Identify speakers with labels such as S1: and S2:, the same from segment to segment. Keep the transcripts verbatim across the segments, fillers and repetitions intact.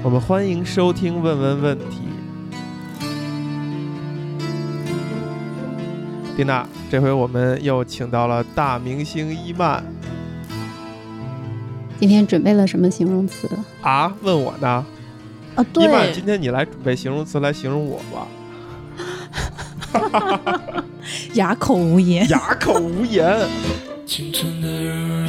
S1: 我们欢迎收听问问问题。蒂娜，这回我们又请到了大明星伊曼。
S2: 今天准备了什么形容词
S1: 啊？问我呢？
S2: 啊，对，
S1: 伊曼，今天你来准备形容词来形容我
S3: 吧。哑口无言，
S1: 哑口无言。
S4: 青春的热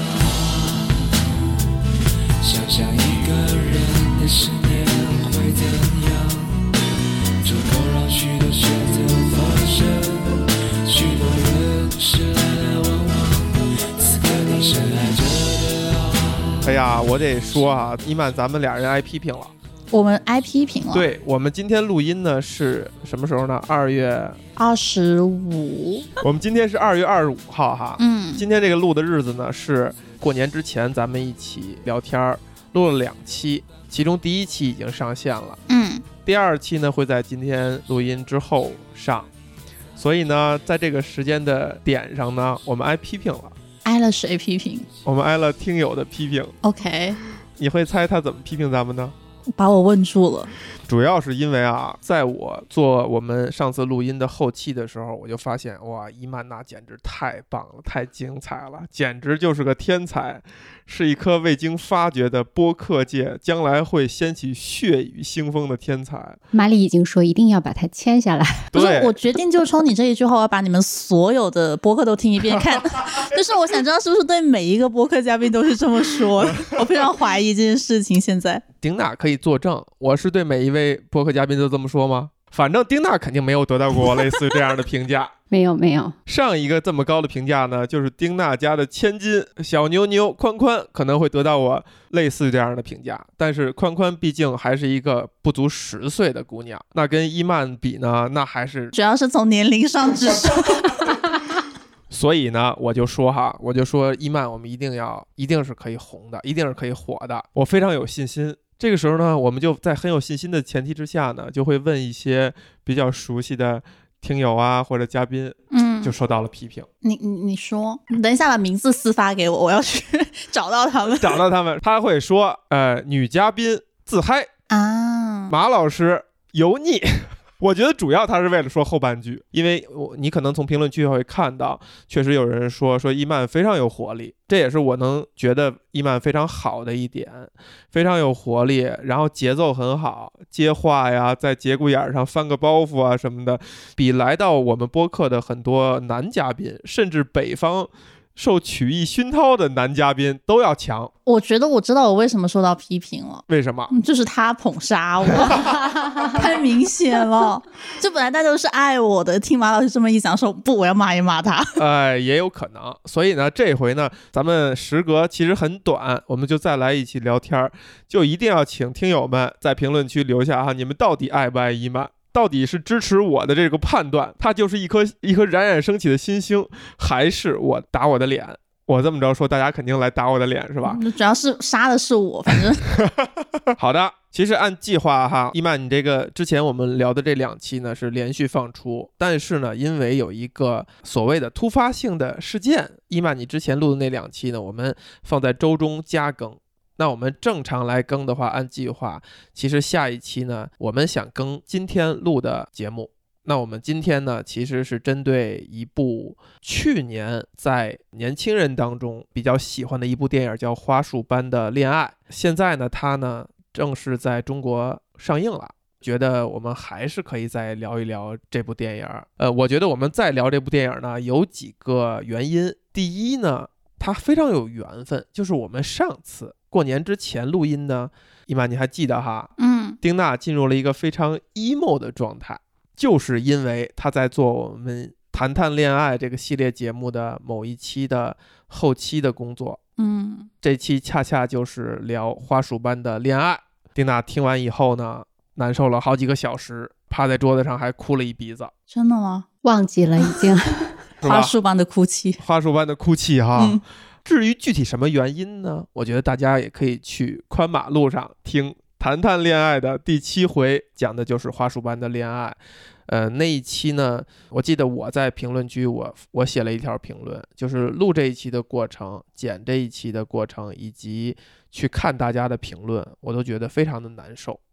S4: 想象一个人的十年会怎样，足够让许多选择发生，许多人是来来往往，此刻你深爱着的啊。
S1: 哎呀，我得说啊，伊曼，咱们俩人挨批评了。
S3: 我们挨批评了。
S1: 对，我们今天录音呢是什么时候呢？二月
S3: 二十五。
S1: 我们今天是二月二十五号哈。
S3: 嗯，
S1: 今天这个录的日子呢是过年之前，咱们一起聊天，录了两期，其中第一期已经上线了。
S3: 嗯，
S1: 第二期呢会在今天录音之后上，所以呢，在这个时间的点上呢，我们挨批评了。
S3: 挨了谁批评？
S1: 我们挨了听友的批评。
S3: OK，
S1: 你会猜他怎么批评咱们呢？
S3: 把我问住了。
S1: 主要是因为啊，在我做我们上次录音的后期的时候，我就发现哇，伊曼娜简直太棒了，太精彩了，简直就是个天才，是一颗未经发掘的播客界将来会掀起血雨腥风的天才。
S2: 玛丽已经说一定要把它签下来。
S3: 不是，我决定就冲你这一句话，我要把你们所有的播客都听一遍看。就是我想知道是不是对每一个播客嘉宾都是这么说。我非常怀疑这件事情。现在
S1: 丁娜可以作证，我是对每一位播客嘉宾都这么说吗？反正丁娜肯定没有得到过类似这样的评价。
S2: 没有没有，
S1: 上一个这么高的评价呢，就是丁娜家的千金小妞妞宽宽可能会得到我类似这样的评价，但是宽宽毕竟还是一个不足十岁的姑娘，那跟伊曼比呢，那还是
S3: 主要是从年龄上指数。
S1: 所以呢，我就说哈，我就说伊曼，我们一定要，一定是可以红的，一定是可以火的，我非常有信心。这个时候呢，我们就在很有信心的前提之下呢，就会问一些比较熟悉的听友啊或者嘉宾，嗯，就受到了批评。
S3: 你你你说，你等一下把名字私发给我，我要去找到他们。
S1: 找到他们，他会说，呃，女嘉宾自嗨
S3: 啊，
S1: 马老师油腻。我觉得主要他是为了说后半句，因为你可能从评论区会看到，确实有人说说伊曼非常有活力，这也是我能觉得伊曼非常好的一点，非常有活力，然后节奏很好，接话呀，在节骨眼上翻个包袱啊什么的，比来到我们播客的很多男嘉宾，甚至北方受曲艺熏陶的男嘉宾都要强。
S3: 我觉得我知道我为什么受到批评了。
S1: 为什么？
S3: 就是他捧杀我。太明显了。就本来大家都是爱我的，听马老师这么一讲说不，我要骂一骂他。
S1: 哎，也有可能。所以呢，这回呢，咱们时隔其实很短，我们就再来一起聊天，就一定要请听友们在评论区留下哈，你们到底爱不爱伊曼？到底是支持我的这个判断，它就是一颗一颗冉冉升起的新星，还是我打我的脸？我这么着说，大家肯定来打我的脸是吧？
S3: 主要是杀的是我，反正。
S1: 好的，其实按计划哈，伊曼，你这个之前我们聊的这两期呢是连续放出，但是呢，因为有一个所谓的突发性的事件，伊曼，你之前录的那两期呢，我们放在周中加更。那我们正常来更的话，按计划，其实下一期呢，我们想更今天录的节目。那我们今天呢，其实是针对一部去年在年轻人当中比较喜欢的一部电影，叫《花束般的恋爱》。现在呢，它呢正式在中国上映了。觉得我们还是可以再聊一聊这部电影。呃，我觉得我们再聊这部电影呢，有几个原因。第一呢，它非常有缘分，就是我们上次过年之前录音呢，伊玛你还记得哈？嗯，丁娜进入了一个非常 emo 的状态，就是因为她在做我们谈谈恋爱这个系列节目的某一期的后期的工作。嗯，这期恰恰就是聊花束般的恋爱。丁娜听完以后呢，难受了好几个小时，趴在桌子上还哭了一鼻子。
S3: 真的吗？
S2: 忘记了已经。
S3: 花束般的哭泣，
S1: 花束般的哭泣哈。嗯，至于具体什么原因呢？我觉得大家也可以去宽马路上听谈谈恋爱的第七回，讲的就是花束般的恋爱。呃，那一期呢，我记得我在评论区我我写了一条评论，就是录这一期的过程，剪这一期的过程，以及去看大家的评论，我都觉得非常的难受。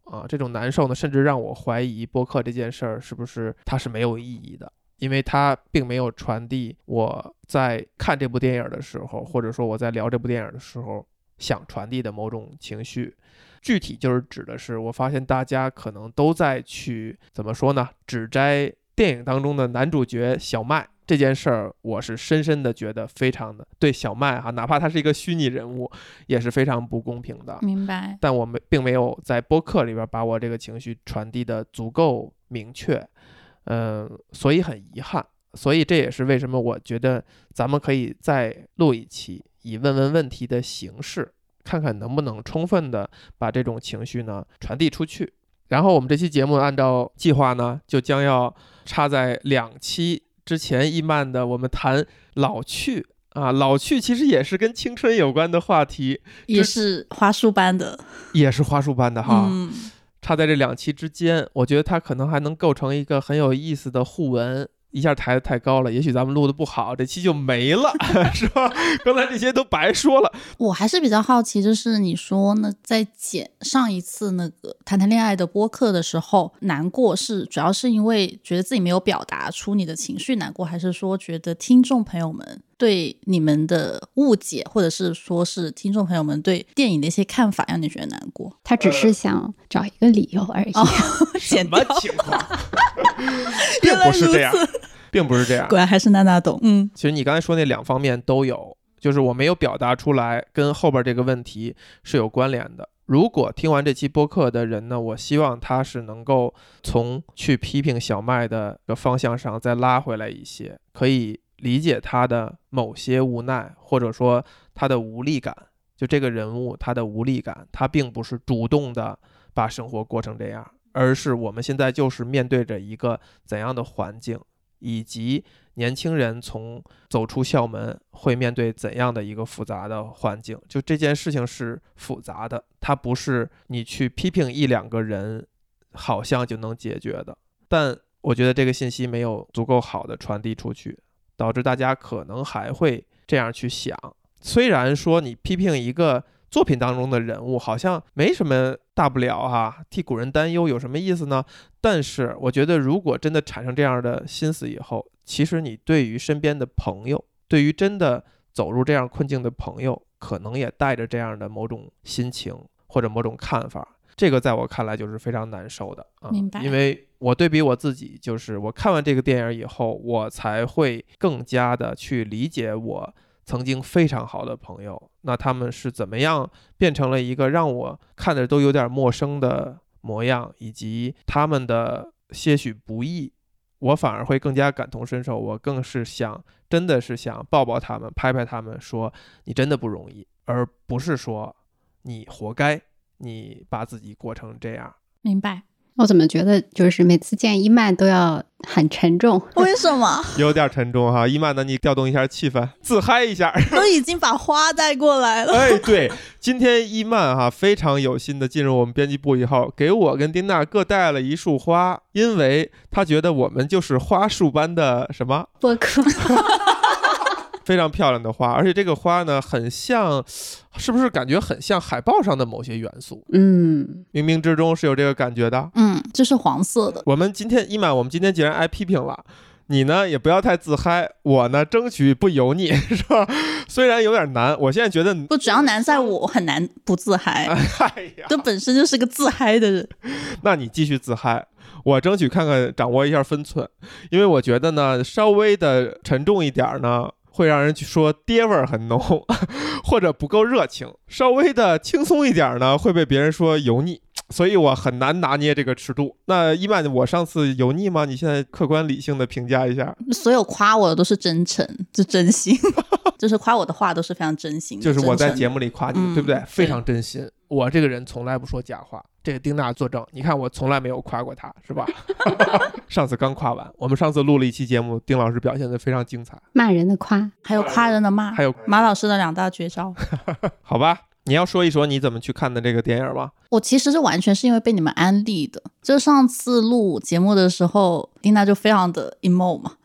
S1: 啊，这种难受呢，甚至让我怀疑播客这件事儿是不是它是没有意义的，因为它并没有传递我在看这部电影的时候，或者说我在聊这部电影的时候想传递的某种情绪。具体就是指的是，我发现大家可能都在去怎么说呢，指摘电影当中的男主角小麦这件事儿，我是深深的觉得非常的对小麦哈，哪怕他是一个虚拟人物，也是非常不公平的。
S3: 明白。
S1: 但我们并没有在播客里边把我这个情绪传递的足够明确，嗯、呃，所以很遗憾。所以这也是为什么我觉得咱们可以再录一期，以问问问题的形式，看看能不能充分的把这种情绪呢传递出去。然后我们这期节目按照计划呢，就将要插在两期之前一漫的我们谈老去啊，老去其实也是跟青春有关的话题，
S3: 也是花束般的，
S1: 也是花束般的哈。
S3: 嗯，
S1: 插在这两期之间，我觉得它可能还能构成一个很有意思的互文。一下抬得太高了，也许咱们录的不好，这期就没了，是吧？刚才这些都白说了。
S3: 我还是比较好奇，就是你说呢，在剪上一次那个谈谈恋爱的播客的时候，难过是主要是因为觉得自己没有表达出你的情绪难过，还是说觉得听众朋友们对你们的误解，或者是说是听众朋友们对电影的一些看法让你觉得难过？
S2: 他只是想找一个理由而已。
S3: 哦，
S1: 什么情况？并不是这样，并不是这样。
S3: 果然还是娜娜懂。嗯，
S1: 其实你刚才说那两方面都有，就是我没有表达出来，跟后边这个问题是有关联的。如果听完这期播客的人呢，我希望他是能够从去批评小麦的方向上再拉回来一些，可以理解他的某些无奈，或者说他的无力感。就这个人物他的无力感，他并不是主动的把生活过成这样，而是我们现在就是面对着一个怎样的环境，以及年轻人从走出校门会面对怎样的一个复杂的环境。就这件事情是复杂的，它不是你去批评一两个人好像就能解决的。但我觉得这个信息没有足够好的传递出去，导致大家可能还会这样去想。虽然说你批评一个作品当中的人物好像没什么大不了哈，替古人担忧有什么意思呢？但是我觉得如果真的产生这样的心思以后，其实你对于身边的朋友，对于真的走入这样困境的朋友，可能也带着这样的某种心情或者某种看法。这个在我看来就是非常难受的啊，
S3: 明白。
S1: 因为我对比我自己，就是我看完这个电影以后，我才会更加的去理解我曾经非常好的朋友，那他们是怎么样变成了一个让我看着都有点陌生的模样，以及他们的些许不易，我反而会更加感同身受。我更是想，真的是想抱抱他们，拍拍他们，说你真的不容易，而不是说你活该，你把自己过成这样。
S3: 明白。
S2: 我怎么觉得就是每次见伊曼都要很沉重？
S3: 为什么？
S1: 有点沉重哈，伊曼呢，你调动一下气氛，自嗨一下。
S3: 都已经把花带过来了。
S1: 哎，对，今天伊曼哈非常有心的进入我们编辑部以后，给我跟丁娜各带了一束花，因为他觉得我们就是花束般的什么
S2: 播客。
S1: 非常漂亮的花，而且这个花呢，很像，是不是感觉很像海报上的某些元素？
S2: 嗯，
S1: 冥冥之中是有这个感觉的。
S3: 嗯，这是黄色的。
S1: 我们今天伊曼，我们今天既然挨批评了，你呢也不要太自嗨，我呢争取不油腻，是吧？虽然有点难，我现在觉得
S3: 不，主要难在我很难不自嗨。
S1: 哎呀，
S3: 这本身就是个自嗨的人。
S1: 那你继续自嗨。我争取看看掌握一下分寸，因为我觉得呢，稍微的沉重一点呢，会让人去说爹味儿很浓，或者不够热情；稍微的轻松一点呢，会被别人说油腻。所以我很难拿捏这个尺度。那伊曼，我上次油腻吗？你现在客观理性的评价一下。
S3: 所有夸我的都是真诚，是真心，就是夸我的话都是非常真心的，
S1: 就是我在节目里夸你的、
S3: 嗯、
S1: 对不对？非常真心。我这个人从来不说假话，这个丁娜作证。你看我从来没有夸过他，是吧？上次刚夸完，我们上次录了一期节目，丁老师表现得非常精彩，
S2: 骂人的夸，
S3: 还有夸人的骂，
S1: 还有
S3: 马老师的两大绝招。
S1: 好吧，你要说一说你怎么去看的这个电影吗？
S3: 我其实是完全是因为被你们安利的。就上次录节目的时候，丁娜就非常的 emo 嘛，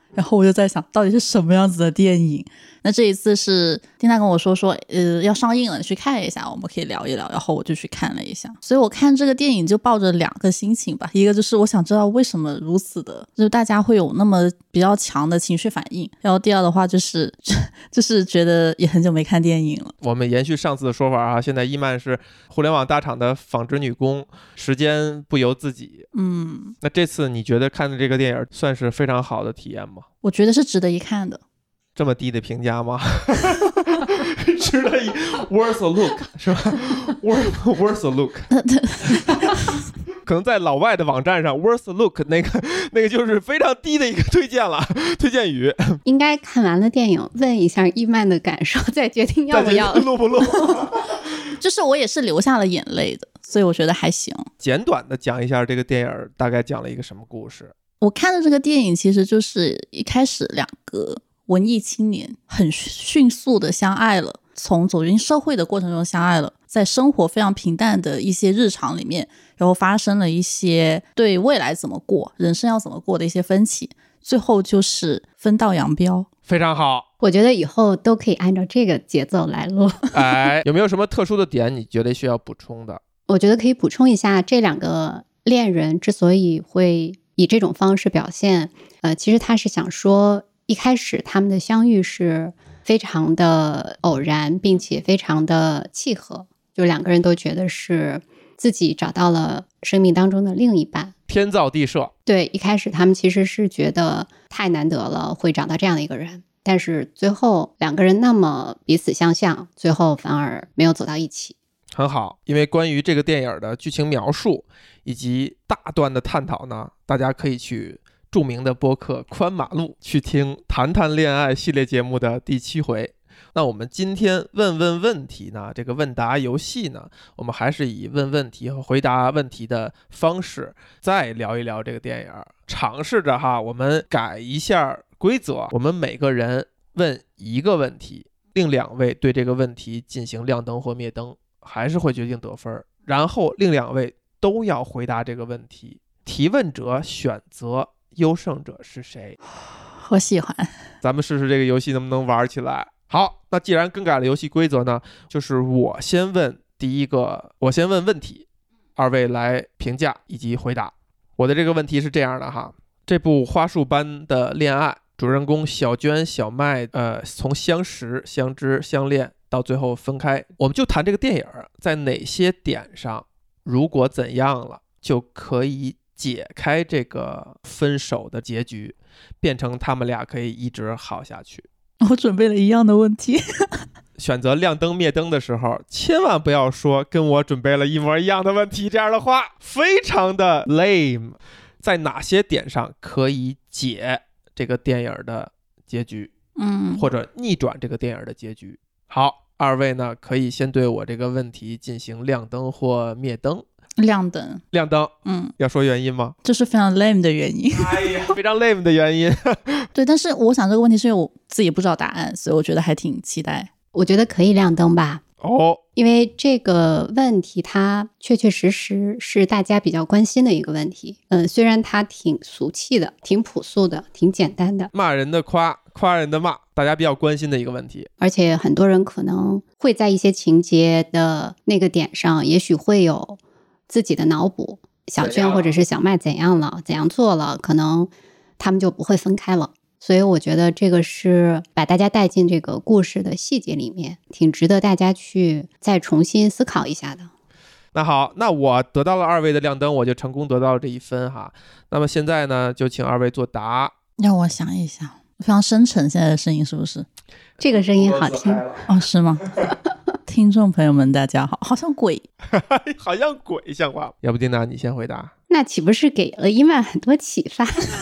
S3: 然后我就在想到底是什么样子的电影。那这一次是丁娜跟我说说呃要上映了，你去看一下，我们可以聊一聊，然后我就去看了一下。所以我看这个电影就抱着两个心情吧，一个就是我想知道为什么如此的就是大家会有那么比较强的情绪反应，然后第二的话就是就是觉得也很久没看电影了。
S1: 我们延续上次的说法啊，现在伊曼是互联网大厂的纺织女工，时间不由自己。
S3: 嗯，
S1: 那这次你觉得看的这个电影算是非常好的体验吗？
S3: 我觉得是值得一看的。
S1: 这么低的评价吗？值得一 worth a look 是吧 worth, worth a look 可能在老外的网站上 worth a look 那个那个就是非常低的一个推荐了，推荐语。
S2: 应该看完了电影问一下伊曼的感受，再决定要不要
S1: 录不录。
S3: 就是我也是流下了眼泪的，所以我觉得还行。
S1: 简短的讲一下这个电影大概讲了一个什么故事。
S3: 我看的这个电影其实就是一开始两个文艺青年很迅速的相爱了，从走进社会的过程中相爱了，在生活非常平淡的一些日常里面，然后发生了一些对未来怎么过，人生要怎么过的一些分歧，最后就是分道扬镳。
S1: 非常好，
S2: 我觉得以后都可以按照这个节奏来录。
S1: 哎，有没有什么特殊的点你觉得需要补充的？
S2: 我觉得可以补充一下，这两个恋人之所以会以这种方式表现，呃，其实他是想说一开始他们的相遇是非常的偶然，并且非常的契合，就两个人都觉得是自己找到了生命当中的另一半，
S1: 天造地设。
S2: 对，一开始他们其实是觉得太难得了会找到这样的一个人，但是最后两个人那么彼此相像，最后反而没有走到一起。
S1: 很好，因为关于这个电影的剧情描述以及大段的探讨呢，大家可以去著名的播客宽马路去听谈谈恋爱系列节目的第七回。那我们今天问问问题呢，这个问答游戏呢，我们还是以问问题和回答问题的方式再聊一聊这个电影，尝试着哈，我们改一下规则，我们每个人问一个问题，另两位对这个问题进行亮灯或灭灯，还是会决定得分，然后另两位都要回答这个问题，提问者选择优胜者是谁。
S3: 我喜欢，
S1: 咱们试试这个游戏能不能玩起来。好，那既然更改了游戏规则呢，就是我先问第一个，我先问问题，二位来评价以及回答。我的这个问题是这样的哈，这部花束般的恋爱，主人公小娟小麦呃，从相识相知相恋到最后分开，我们就谈这个电影在哪些点上如果怎样了就可以解开这个分手的结局，变成他们俩可以一直好下去。
S3: 我准备了一样的问题
S1: 选择亮灯灭灯的时候千万不要说跟我准备了一模一样的问题，这样的话非常的 lame。 在哪些点上可以解这个电影的结局，
S3: 嗯，
S1: 或者逆转这个电影的结局。好，二位呢可以先对我这个问题进行亮灯或灭灯。
S3: 亮灯，
S1: 亮灯，
S3: 嗯，
S1: 要说原因吗？
S3: 这是非常 lame 的原因。
S1: 哎呀，非常 lame 的原因。
S3: 对，但是我想这个问题是因为我自己不知道答案，所以我觉得还挺期待。
S2: 我觉得可以亮灯吧。
S1: 哦，
S2: 因为这个问题它确确实实是大家比较关心的一个问题。嗯，虽然它挺俗气的，挺朴素的，挺简单的，
S1: 骂人的夸，夸人的骂，大家比较关心的一个问题。
S2: 而且很多人可能会在一些情节的那个点上也许会有自己的脑补，小娟或者是小麦怎样了，怎样做了，可能他们就不会分开了。所以我觉得这个是把大家带进这个故事的细节里面，挺值得大家去再重新思考一下的。
S1: 那好，那我得到了二位的亮灯，我就成功得到了这一分哈。那么现在呢，就请二位作答。
S3: 让我想一想，非常深沉，现在的声音是不是？
S2: 这个声音好听
S3: 哦，是吗？听众朋友们大家好，好像鬼
S1: 好像鬼像话。要不丁娜你先回答。
S2: 那岂不是给了伊曼很多启发？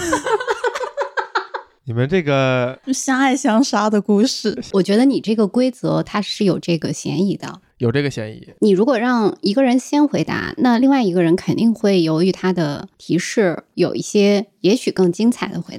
S1: 你们这个
S3: 相爱相杀的故事，
S2: 我觉得你这个规则它是有这个嫌疑的，
S1: 有这个嫌疑。
S2: 你如果让一个人先回答，那另外一个人肯定会由于他的提示有一些也许更精彩的回答。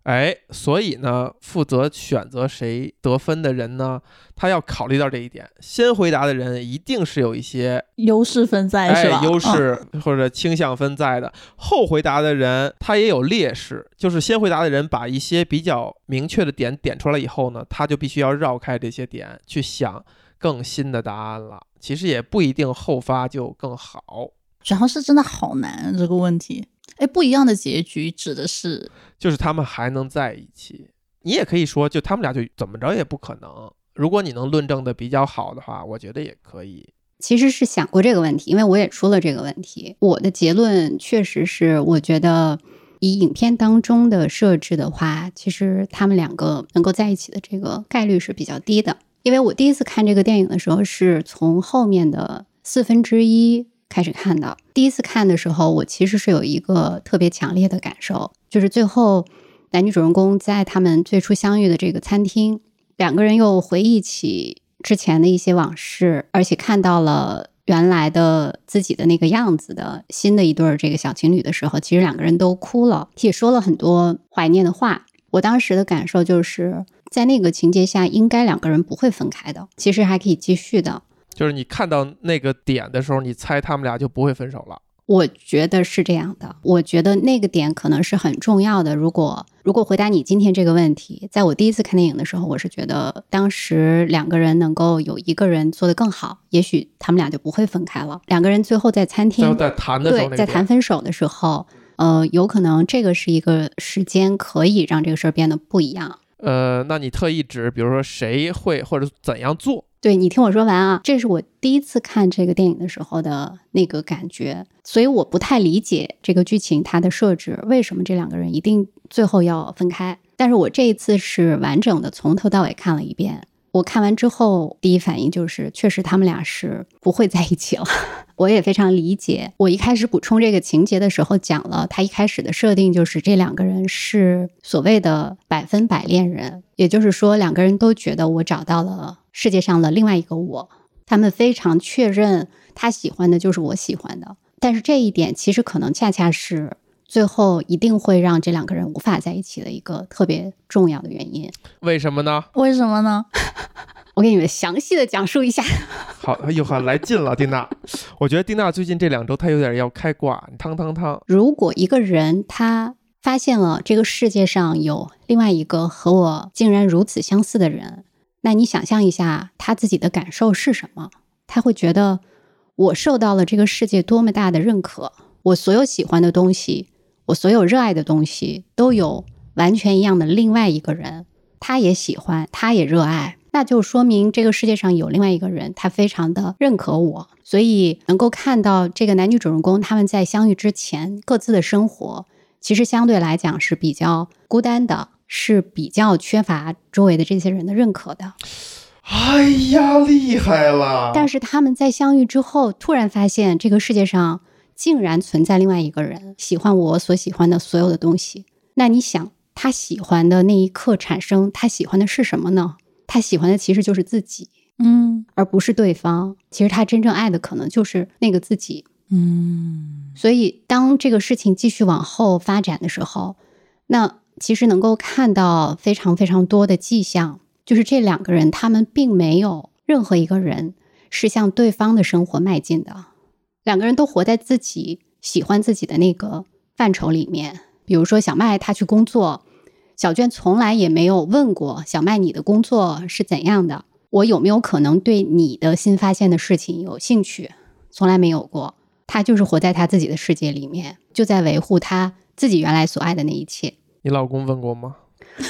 S1: 哎，所以呢，负责选择谁得分的人呢，他要考虑到这一点。先回答的人一定是有一些
S3: 优势分在，是吧？
S1: 哎，优势或者倾向分在的。嗯、后回答的人他也有劣势，就是先回答的人把一些比较明确的点点出来以后呢，他就必须要绕开这些点去想更新的答案了。其实也不一定后发就更好，
S3: 主要是真的好难这个问题。哎，不一样的结局指的是
S1: 就是他们还能在一起。你也可以说就他们俩就怎么着也不可能，如果你能论证的比较好的话，我觉得也可以。
S2: 其实是想过这个问题，因为我也出了这个问题。我的结论确实是我觉得以影片当中的设置的话，其实他们两个能够在一起的这个概率是比较低的。因为我第一次看这个电影的时候是从后面的四分之一开始看的。第一次看的时候，我其实是有一个特别强烈的感受，就是最后男女主人公在他们最初相遇的这个餐厅，两个人又回忆起之前的一些往事，而且看到了原来的自己的那个样子的新的一对这个小情侣的时候，其实两个人都哭了，也说了很多怀念的话。我当时的感受就是在那个情节下应该两个人不会分开的，其实还可以继续的。
S1: 就是你看到那个点的时候，你猜他们俩就不会分手了。
S2: 我觉得是这样的，我觉得那个点可能是很重要的。如果如果回答你今天这个问题，在我第一次看电影的时候，我是觉得当时两个人能够有一个人做得更好，也许他们俩就不会分开了。两个人最后在餐厅，
S1: 最后在谈的时候、那个，
S2: 对，在谈分手的时候，呃，有可能这个是一个时间可以让这个事儿变得不一样。
S1: 呃，那你特意指，比如说谁会或者怎样做？
S2: 对，你听我说完啊，这是我第一次看这个电影的时候的那个感觉，所以我不太理解这个剧情它的设置，为什么这两个人一定最后要分开。但是我这一次是完整的从头到尾看了一遍，我看完之后第一反应就是确实他们俩是不会在一起了。我也非常理解，我一开始补充这个情节的时候讲了，他一开始的设定就是这两个人是所谓的百分百恋人，也就是说两个人都觉得我找到了世界上的另外一个我，他们非常确认他喜欢的就是我喜欢的。但是这一点其实可能恰恰是最后一定会让这两个人无法在一起的一个特别重要的原因。
S1: 为什么呢？
S3: 为什么呢？
S2: 我给你们详细的讲述一下。
S1: 好，哎呦哈，来劲了，丁娜。我觉得丁娜最近这两周她有点要开挂，汤汤汤。
S2: 如果一个人他发现了这个世界上有另外一个和我竟然如此相似的人，那你想象一下他自己的感受是什么？他会觉得我受到了这个世界多么大的认可，我所有喜欢的东西，我所有热爱的东西都有完全一样的另外一个人，他也喜欢，他也热爱，那就说明这个世界上有另外一个人，他非常的认可我。所以能够看到这个男女主人公他们在相遇之前各自的生活其实相对来讲是比较孤单的，是比较缺乏周围的这些人的认可的。
S1: 哎呀，厉害了！
S2: 但是他们在相遇之后突然发现这个世界上竟然存在另外一个人喜欢我所喜欢的所有的东西。那你想他喜欢的那一刻产生，他喜欢的是什么呢？他喜欢的其实就是自己，
S3: 嗯，
S2: 而不是对方。其实他真正爱的可能就是那个自己。
S3: 嗯，
S2: 所以当这个事情继续往后发展的时候，那其实能够看到非常非常多的迹象，就是这两个人他们并没有任何一个人是向对方的生活迈进的，两个人都活在自己喜欢自己的那个范畴里面。比如说小麦他去工作，小娟从来也没有问过小麦你的工作是怎样的，我有没有可能对你的新发现的事情有兴趣，从来没有过。他就是活在他自己的世界里面，就在维护他自己原来所爱的那一切。
S1: 你老公问过吗？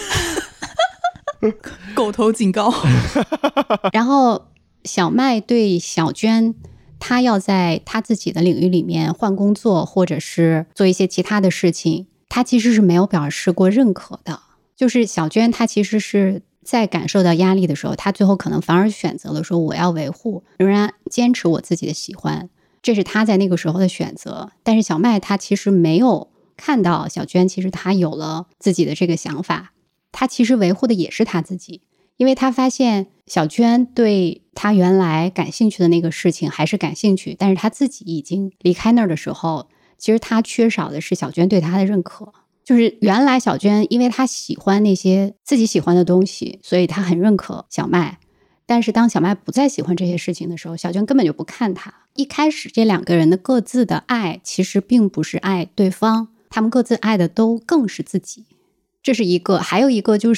S3: 狗头警告。
S2: 然后小麦对小娟，他要在他自己的领域里面换工作或者是做一些其他的事情，他其实是没有表示过认可的。就是小娟她其实是在感受到压力的时候，她最后可能反而选择了说我要维护，仍然坚持我自己的喜欢，这是他在那个时候的选择。但是小麦他其实没有看到小娟其实他有了自己的这个想法，他其实维护的也是他自己。因为他发现小娟对他原来感兴趣的那个事情还是感兴趣，但是他自己已经离开那儿的时候，其实他缺少的是小娟对他的认可。 就是原来小娟因为她喜欢那些自己喜欢的东西，所以她很认可小麦。但是当小麦不再喜欢这些事情的时候，小娟根本就不看他。一开始这两个人的各自的爱其实并不是爱对方，他们各自爱的都更是自己，这是一个。还有一个就是，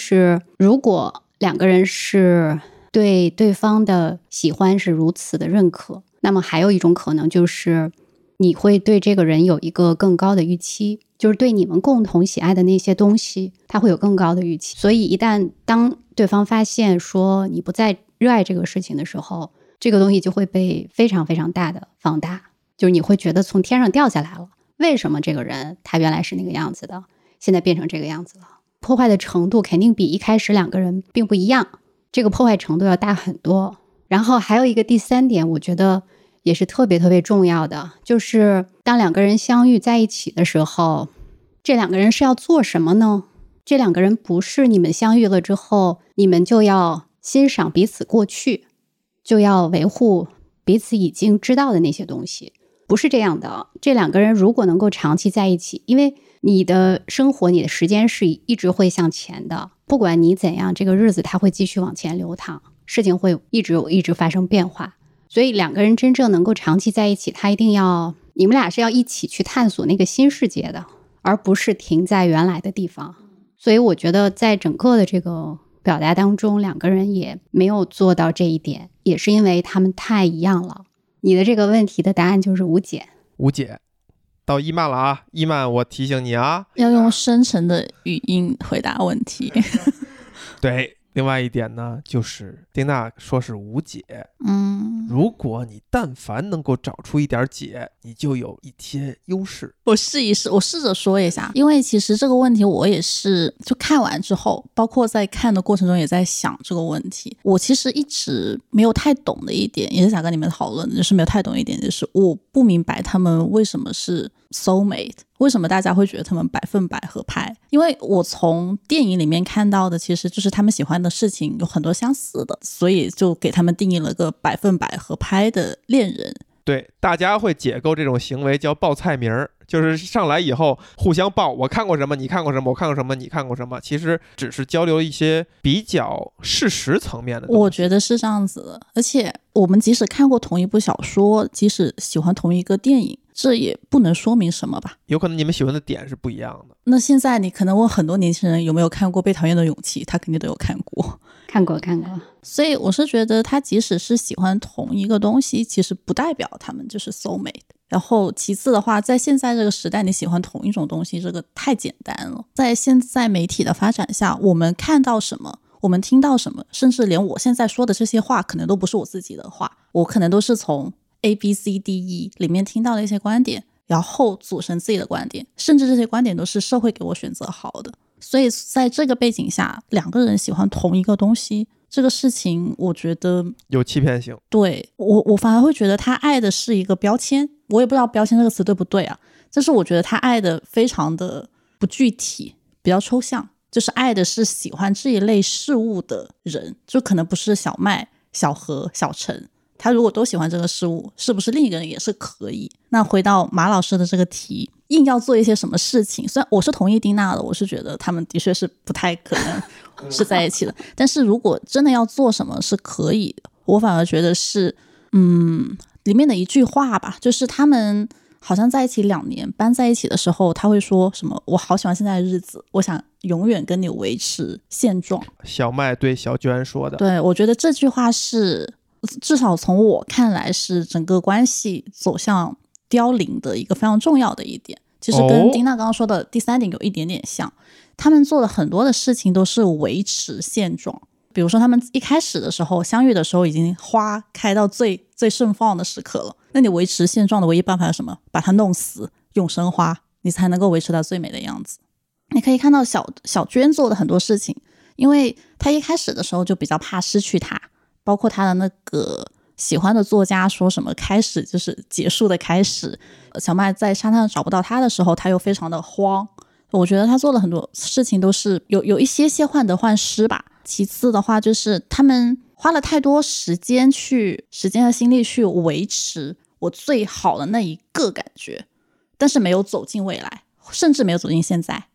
S2: 如果两个人是对对方的喜欢是如此的认可，那么还有一种可能就是你会对这个人有一个更高的预期，就是对你们共同喜爱的那些东西他会有更高的预期。所以一旦当对方发现说你不再热爱这个事情的时候，这个东西就会被非常非常大的放大，就是你会觉得从天上掉下来了，为什么这个人他原来是那个样子的，现在变成这个样子了，破坏的程度肯定比一开始两个人并不一样，这个破坏程度要大很多。然后还有一个第三点，我觉得也是特别特别重要的，就是当两个人相遇在一起的时候，这两个人是要做什么呢？这两个人不是你们相遇了之后你们就要欣赏彼此过去，就要维护彼此已经知道的那些东西，不是这样的。这两个人如果能够长期在一起，因为你的生活你的时间是一直会向前的，不管你怎样，这个日子它会继续往前流淌，事情会一直一直发生变化。所以两个人真正能够长期在一起，他一定要你们俩是要一起去探索那个新世界的，而不是停在原来的地方。所以我觉得在整个的这个表达当中，两个人也没有做到这一点，也是因为他们太一样了。你的这个问题的答案就是无解。
S1: 无解。到伊曼了啊，伊曼，我提醒你啊，
S3: 要用深沉的语音回答问题。
S1: 对，另外一点呢，就是丁娜说是无解。
S3: 嗯，
S1: 如果你但凡能够找出一点解，你就有一些优势。
S3: 我试一试，我试着说一下，因为其实这个问题我也是就看完之后，包括在看的过程中也在想这个问题。我其实一直没有太懂的一点，也是想跟你们讨论的，就是没有太懂一点，就是我不明白他们为什么是 soulmate， 为什么大家会觉得他们百分百合拍。因为我从电影里面看到的其实就是他们喜欢的事情有很多相似的，所以就给他们定义了个百分百合拍的恋人。
S1: 对，大家会解构这种行为叫报菜名儿，就是上来以后互相报，我看过什么你看过什么，我看过什么你看过什么，其实只是交流一些比较事实层面的东西。
S3: 我觉得是这样子的，而且我们即使看过同一部小说，即使喜欢同一个电影，这也不能说明什么吧。
S1: 有可能你们喜欢的点是不一样的。
S3: 那现在你可能问很多年轻人有没有看过《被讨厌的勇气》，他肯定都有看过。
S2: 看过看过。
S3: 所以我是觉得他即使是喜欢同一个东西，其实不代表他们就是 soulmate。然后其次的话，在现在这个时代，你喜欢同一种东西，这个太简单了。在现在媒体的发展下，我们看到什么，我们听到什么，甚至连我现在说的这些话可能都不是我自己的话，我可能都是从 A B C D E 里面听到的一些观点，然后组成自己的观点，甚至这些观点都是社会给我选择好的。所以在这个背景下，两个人喜欢同一个东西，这个事情我觉得
S1: 有欺骗性。
S3: 对，我我反而会觉得他爱的是一个标签，我也不知道标签这个词对不对啊，就是我觉得他爱的非常的不具体，比较抽象，就是爱的是喜欢这一类事物的人，就可能不是小麦、小何、小陈，他如果都喜欢这个事物，是不是另一个人也是可以。那回到马老师的这个题，硬要做一些什么事情，虽然我是同意丁娜的，我是觉得他们的确是不太可能是在一起的，但是如果真的要做什么是可以的，我反而觉得是嗯，里面的一句话吧，就是他们好像在一起两年，搬在一起的时候他会说什么，我好喜欢现在的日子，我想永远跟你维持现状。
S1: 小麦对小娟说的。
S3: 对，我觉得这句话是至少从我看来是整个关系走向凋零的一个非常重要的一点。其实跟丁娜刚刚说的第三点有一点点像，他们做的很多的事情都是维持现状。比如说他们一开始的时候相遇的时候已经花开到最最盛放的时刻了，那你维持现状的唯一办法是什么？把它弄死，永生花，你才能够维持它最美的样子。你可以看到小小娟做的很多事情，因为她一开始的时候就比较怕失去他，包括她的那个喜欢的作家说什么开始就是结束的开始，小麦在沙滩上找不到他的时候他又非常的慌。我觉得他做了很多事情都是有有一些些患得患失吧。其次的话就是他们花了太多时间去时间和心力去维持我最好的那一个感觉，但是没有走进未来，甚至没有走进现在。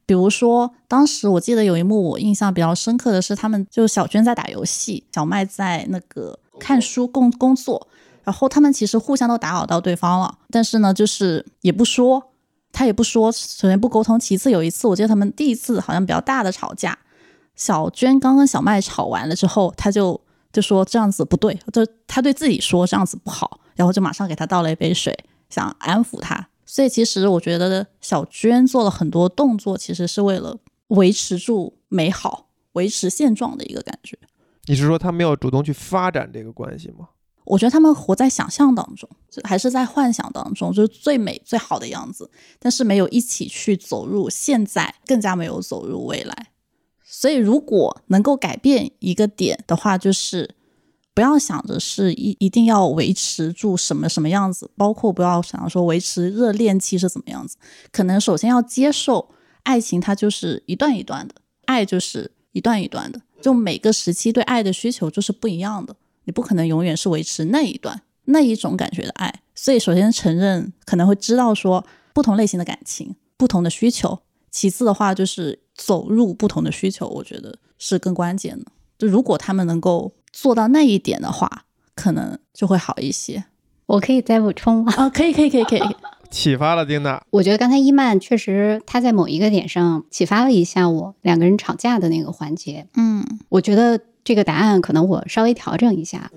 S3: 比如说当时我记得有一幕我印象比较深刻的是，他们就小娟在打游戏，小麦在那个看书工工作，然后他们其实互相都打扰到对方了，但是呢就是也不说，他也不说，首先不沟通，其次有一次我记得他们第一次好像比较大的吵架，小娟刚跟小麦吵完了之后，他就就说这样子不对，就他对自己说这样子不好，然后就马上给他倒了一杯水，想安抚他。所以其实我觉得小娟做了很多动作，其实是为了维持住美好，维持现状的一个感觉。
S1: 你是说他没有主动去发展这个关系吗？
S3: 我觉得他们活在想象当中，还是在幻想当中，就是最美最好的样子，但是没有一起去走入现在，更加没有走入未来。所以如果能够改变一个点的话，就是不要想着是一一定要维持住什么什么样子，包括不要想说维持热恋期是怎么样子，可能首先要接受爱情它就是一段一段的，爱就是一段一段的，就每个时期对爱的需求就是不一样的，你不可能永远是维持那一段那一种感觉的爱。所以首先承认，可能会知道说不同类型的感情，不同的需求，其次的话就是走入不同的需求，我觉得是更关键的。就如果他们能够做到那一点的话，可能就会好一些。
S2: 我可以再补充吗？
S3: 啊，可以可以可以可以。
S1: 启发了丁娜。
S2: 我觉得刚才伊曼确实他在某一个点上启发了一下我，两个人吵架的那个环节。
S3: 嗯，
S2: 我觉得这个答案可能我稍微调整一下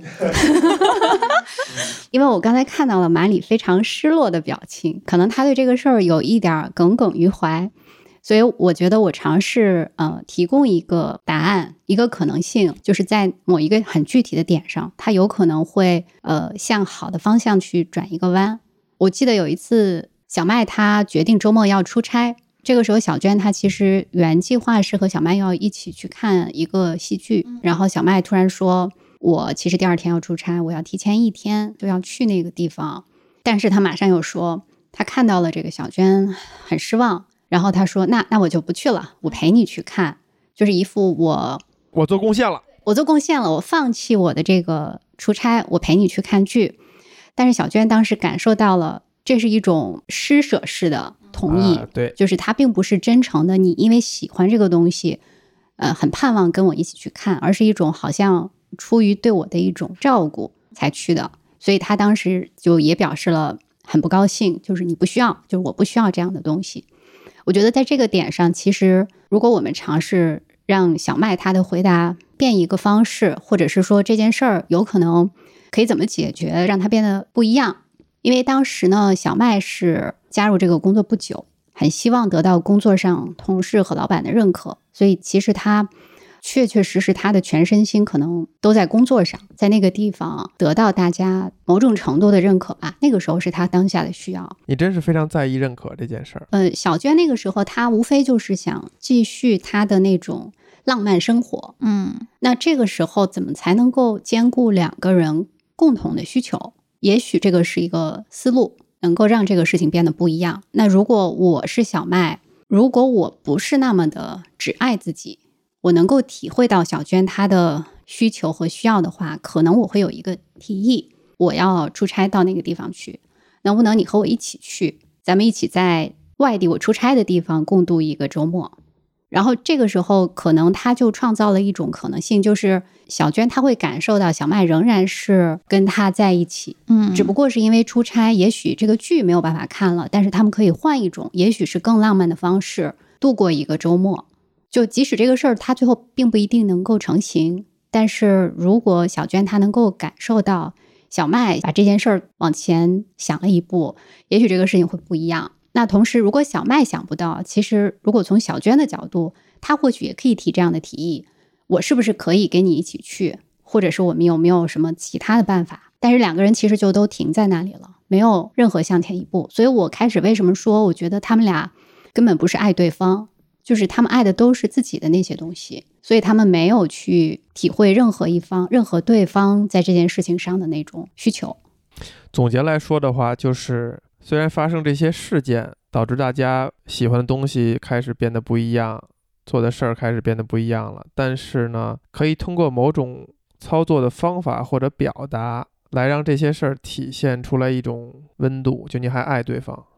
S2: 因为我刚才看到了马里非常失落的表情，可能他对这个事儿有一点耿耿于怀，所以我觉得我尝试呃提供一个答案，一个可能性，就是在某一个很具体的点上，它有可能会呃向好的方向去转一个弯。我记得有一次小麦他决定周末要出差，这个时候小娟她其实原计划是和小麦要一起去看一个戏剧，然后小麦突然说我其实第二天要出差，我要提前一天就要去那个地方，但是他马上又说他看到了这个小娟很失望，然后他说那那我就不去了，我陪你去看，就是一副我
S1: 我做贡献了，
S2: 我做贡献了，我放弃我的这个出差，我陪你去看剧。但是小娟当时感受到了这是一种施舍式的同意、
S1: 啊、对，
S2: 就是他并不是真诚的你因为喜欢这个东西呃，很盼望跟我一起去看，而是一种好像出于对我的一种照顾才去的，所以他当时就也表示了很不高兴，就是你不需要，就是我不需要这样的东西。我觉得在这个点上，其实如果我们尝试让小麦他的回答变一个方式，或者是说这件事儿有可能可以怎么解决，让它变得不一样。因为当时呢，小麦是加入这个工作不久，很希望得到工作上同事和老板的认可，所以其实他确确实实他的全身心可能都在工作上，在那个地方得到大家某种程度的认可吧，那个时候是他当下的需要。
S1: 你真是非常在意认可这件事儿。
S2: 呃，小娟那个时候她无非就是想继续她的那种浪漫生活，
S3: 嗯，
S2: 那这个时候怎么才能够兼顾两个人共同的需求？也许这个是一个思路，能够让这个事情变得不一样。那如果我是小麦，如果我不是那么的只爱自己，我能够体会到小娟她的需求和需要的话，可能我会有一个提议，我要出差到那个地方去，能不能你和我一起去，咱们一起在外地我出差的地方共度一个周末。然后这个时候可能他就创造了一种可能性，就是小娟她会感受到小麦仍然是跟他在一起，
S3: 嗯，
S2: 只不过是因为出差，也许这个剧没有办法看了，但是他们可以换一种也许是更浪漫的方式度过一个周末。就即使这个事儿他最后并不一定能够成型，但是如果小娟她能够感受到小麦把这件事儿往前想了一步，也许这个事情会不一样。那同时如果小麦想不到，其实如果从小娟的角度，她或许也可以提这样的提议，我是不是可以跟你一起去，或者是我们有没有什么其他的办法。但是两个人其实就都停在那里了，没有任何向前一步。所以我开始为什么说我觉得他们俩根本不是爱对方，就是他们爱的都是自己的那些东西，所以他们没有去体会任何一方任何对方在这件事情上的那种需求。
S1: 总结来说的话，就是虽然发生这些事件导致大家喜欢的东西开始变得不一样，做的事儿开始变得不一样了，但是呢，可以通过某种操作的方法或者表达来让这些事儿体现出来一种温度，就你还爱对方，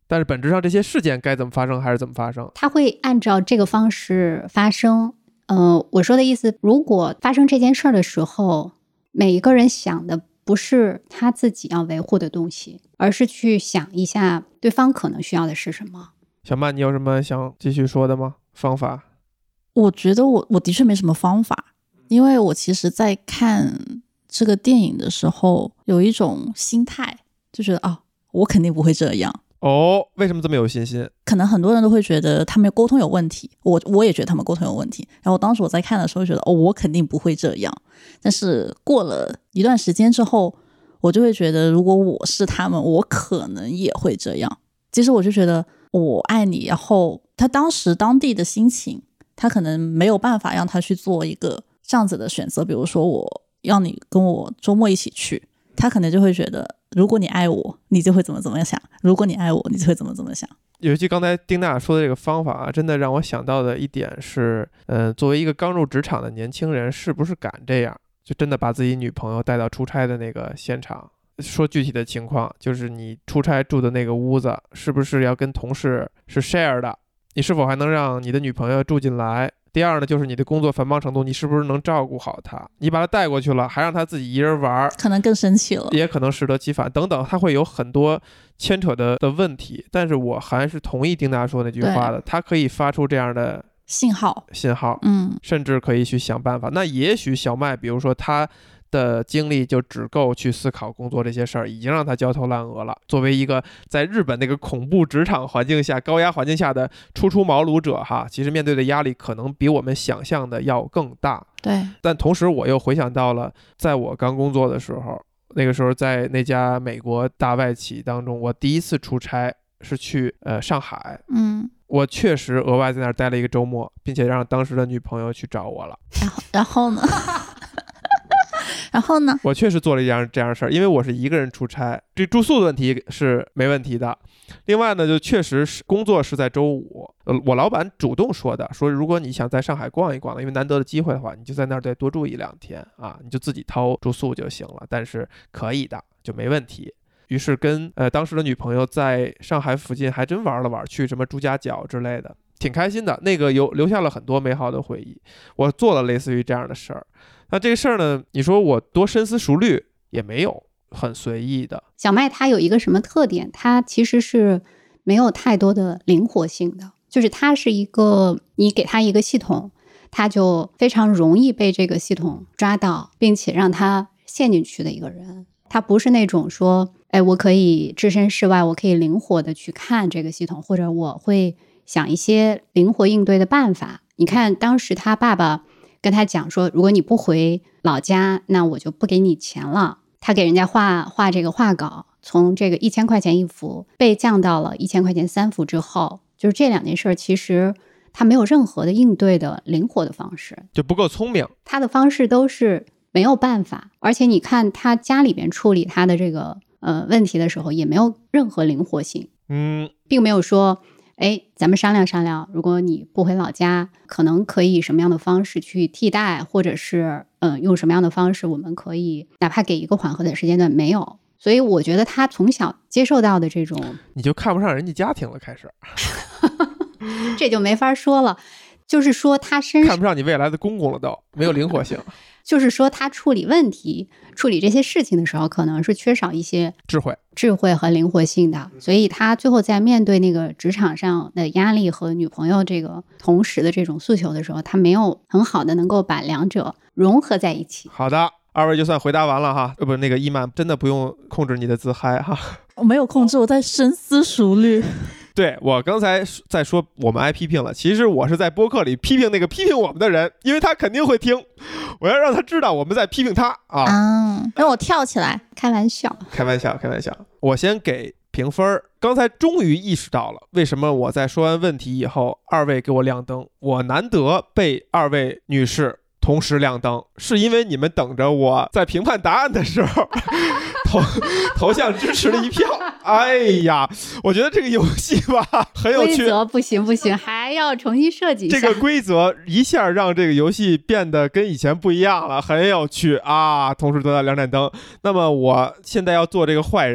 S1: 但是本质上这些事件该怎么发生还是怎么发生，
S2: 他会按照这个方式发生。呃，我说的意思，如果发生这件事儿的时候，每一个人想的不是他自己要维护的东西，而是去想一下对方可能需要的是什么。
S1: 小曼，你有什么想继续说的吗？方法？
S3: 我觉得我我的确没什么方法，因为我其实在看这个电影的时候有一种心态，就觉得啊，我肯定不会这样。
S1: 哦，为什么这么有信心？
S3: 可能很多人都会觉得他们沟通有问题，我我也觉得他们沟通有问题。然后当时我在看的时候觉得，哦，我肯定不会这样。但是过了一段时间之后，我就会觉得，如果我是他们，我可能也会这样。其实我就觉得我爱你，然后他当时当地的心情，他可能没有办法让他去做一个这样子的选择。比如说我要你跟我周末一起去，他可能就会觉得，如果你爱我，你就会怎么怎么想；如果你爱我，你就会怎么怎么想。
S1: 尤其刚才丁娜说的这个方法啊，真的让我想到的一点是，嗯、呃，作为一个刚入职场的年轻人，是不是敢这样，就真的把自己女朋友带到出差的那个现场？说具体的情况，就是你出差住的那个屋子，是不是要跟同事是 share 的？你是否还能让你的女朋友住进来？第二呢，就是你的工作繁忙程度，你是不是能照顾好她？你把她带过去了，还让她自己一人玩，
S3: 可能更生气了，
S1: 也可能适得其反等等，它会有很多牵扯的的问题。但是我还是同意丁娜说那句话的，她可以发出这样的
S3: 信号，
S1: 信号，
S3: 嗯，
S1: 甚至可以去想办法。那也许小麦，比如说她的精力就只够去思考工作这些事儿，已经让他焦头烂额了。作为一个在日本那个恐怖职场环境下、高压环境下的初出茅庐者哈，其实面对的压力可能比我们想象的要更大。
S3: 对，
S1: 但同时我又回想到了，在我刚工作的时候，那个时候在那家美国大外企当中，我第一次出差是去呃上海，
S3: 嗯，
S1: 我确实额外在那儿待了一个周末，并且让当时的女朋友去找我了。
S3: 然后，然后呢？然后呢？
S1: 我确实做了一样这样的事儿，因为我是一个人出差，这住宿的问题是没问题的。另外呢，就确实是工作是在周五，呃，我老板主动说的，说如果你想在上海逛一逛的，因为难得的机会的话，你就在那儿再多住一两天啊，你就自己掏住宿就行了。但是可以的，就没问题。于是跟呃当时的女朋友在上海附近还真玩了玩，去什么朱家角之类的，挺开心的。那个有留下了很多美好的回忆。我做了类似于这样的事儿。那这个事儿呢，你说我多深思熟虑也没有，很随意的。
S2: 小麦它有一个什么特点？它其实是没有太多的灵活性的，就是它是一个你给它一个系统，它就非常容易被这个系统抓到，并且让它陷进去的一个人。它不是那种说，哎，我可以置身事外，我可以灵活的去看这个系统，或者我会想一些灵活应对的办法。你看当时他爸爸跟他讲说，如果你不回老家，那我就不给你钱了。他给人家画画这个画稿，从这个一千块钱一幅被降到了一千块钱三幅之后，就是这两件事其实他没有任何的应对的灵活的方式，
S1: 就不够聪明。
S2: 他的方式都是没有办法，而且你看他家里边处理他的这个呃问题的时候，也没有任何灵活性，
S1: 嗯，
S2: 并没有说，哎，咱们商量商量，如果你不回老家，可能可以什么样的方式去替代，或者是嗯、呃，用什么样的方式，我们可以哪怕给一个缓和的时间段，没有。所以我觉得他从小接受到的这种，
S1: 你就看不上人家家庭了，开始
S2: 这就没法说了。就是说他身上
S1: 看不上你未来的公公了，都没有灵活性。
S2: 就是说他处理问题、处理这些事情的时候，可能是缺少一些
S1: 智慧、
S2: 智慧和灵活性的。所以他最后在面对那个职场上的压力和女朋友这个同时的这种诉求的时候，他没有很好的能够把两者融合在一起。
S1: 好的，二位就算回答完了哈，呃不，那个伊曼真的不用控制你的自嗨哈。
S3: 我没有控制，我在深思熟虑。
S1: 对，我刚才在说我们挨批评了，其实我是在播客里批评那个批评我们的人，因为他肯定会听，我要让他知道我们在批评他啊。
S3: 嗯，让我跳起来，
S2: 开玩笑，
S1: 开玩笑，开玩笑。我先给评分，刚才终于意识到了为什么我在说完问题以后，二位给我亮灯，我难得被二位女士同时亮灯，是因为你们等着我在评判答案的时候投投向支持的一票。哎呀，我觉得这个游戏吧很有趣，
S2: 规则不行不行，还要重新设计一下。
S1: 这个规则一下让这个游戏变得跟以前不一样了，很有趣啊！同时得到两盏灯。那么我现在要做这个坏人，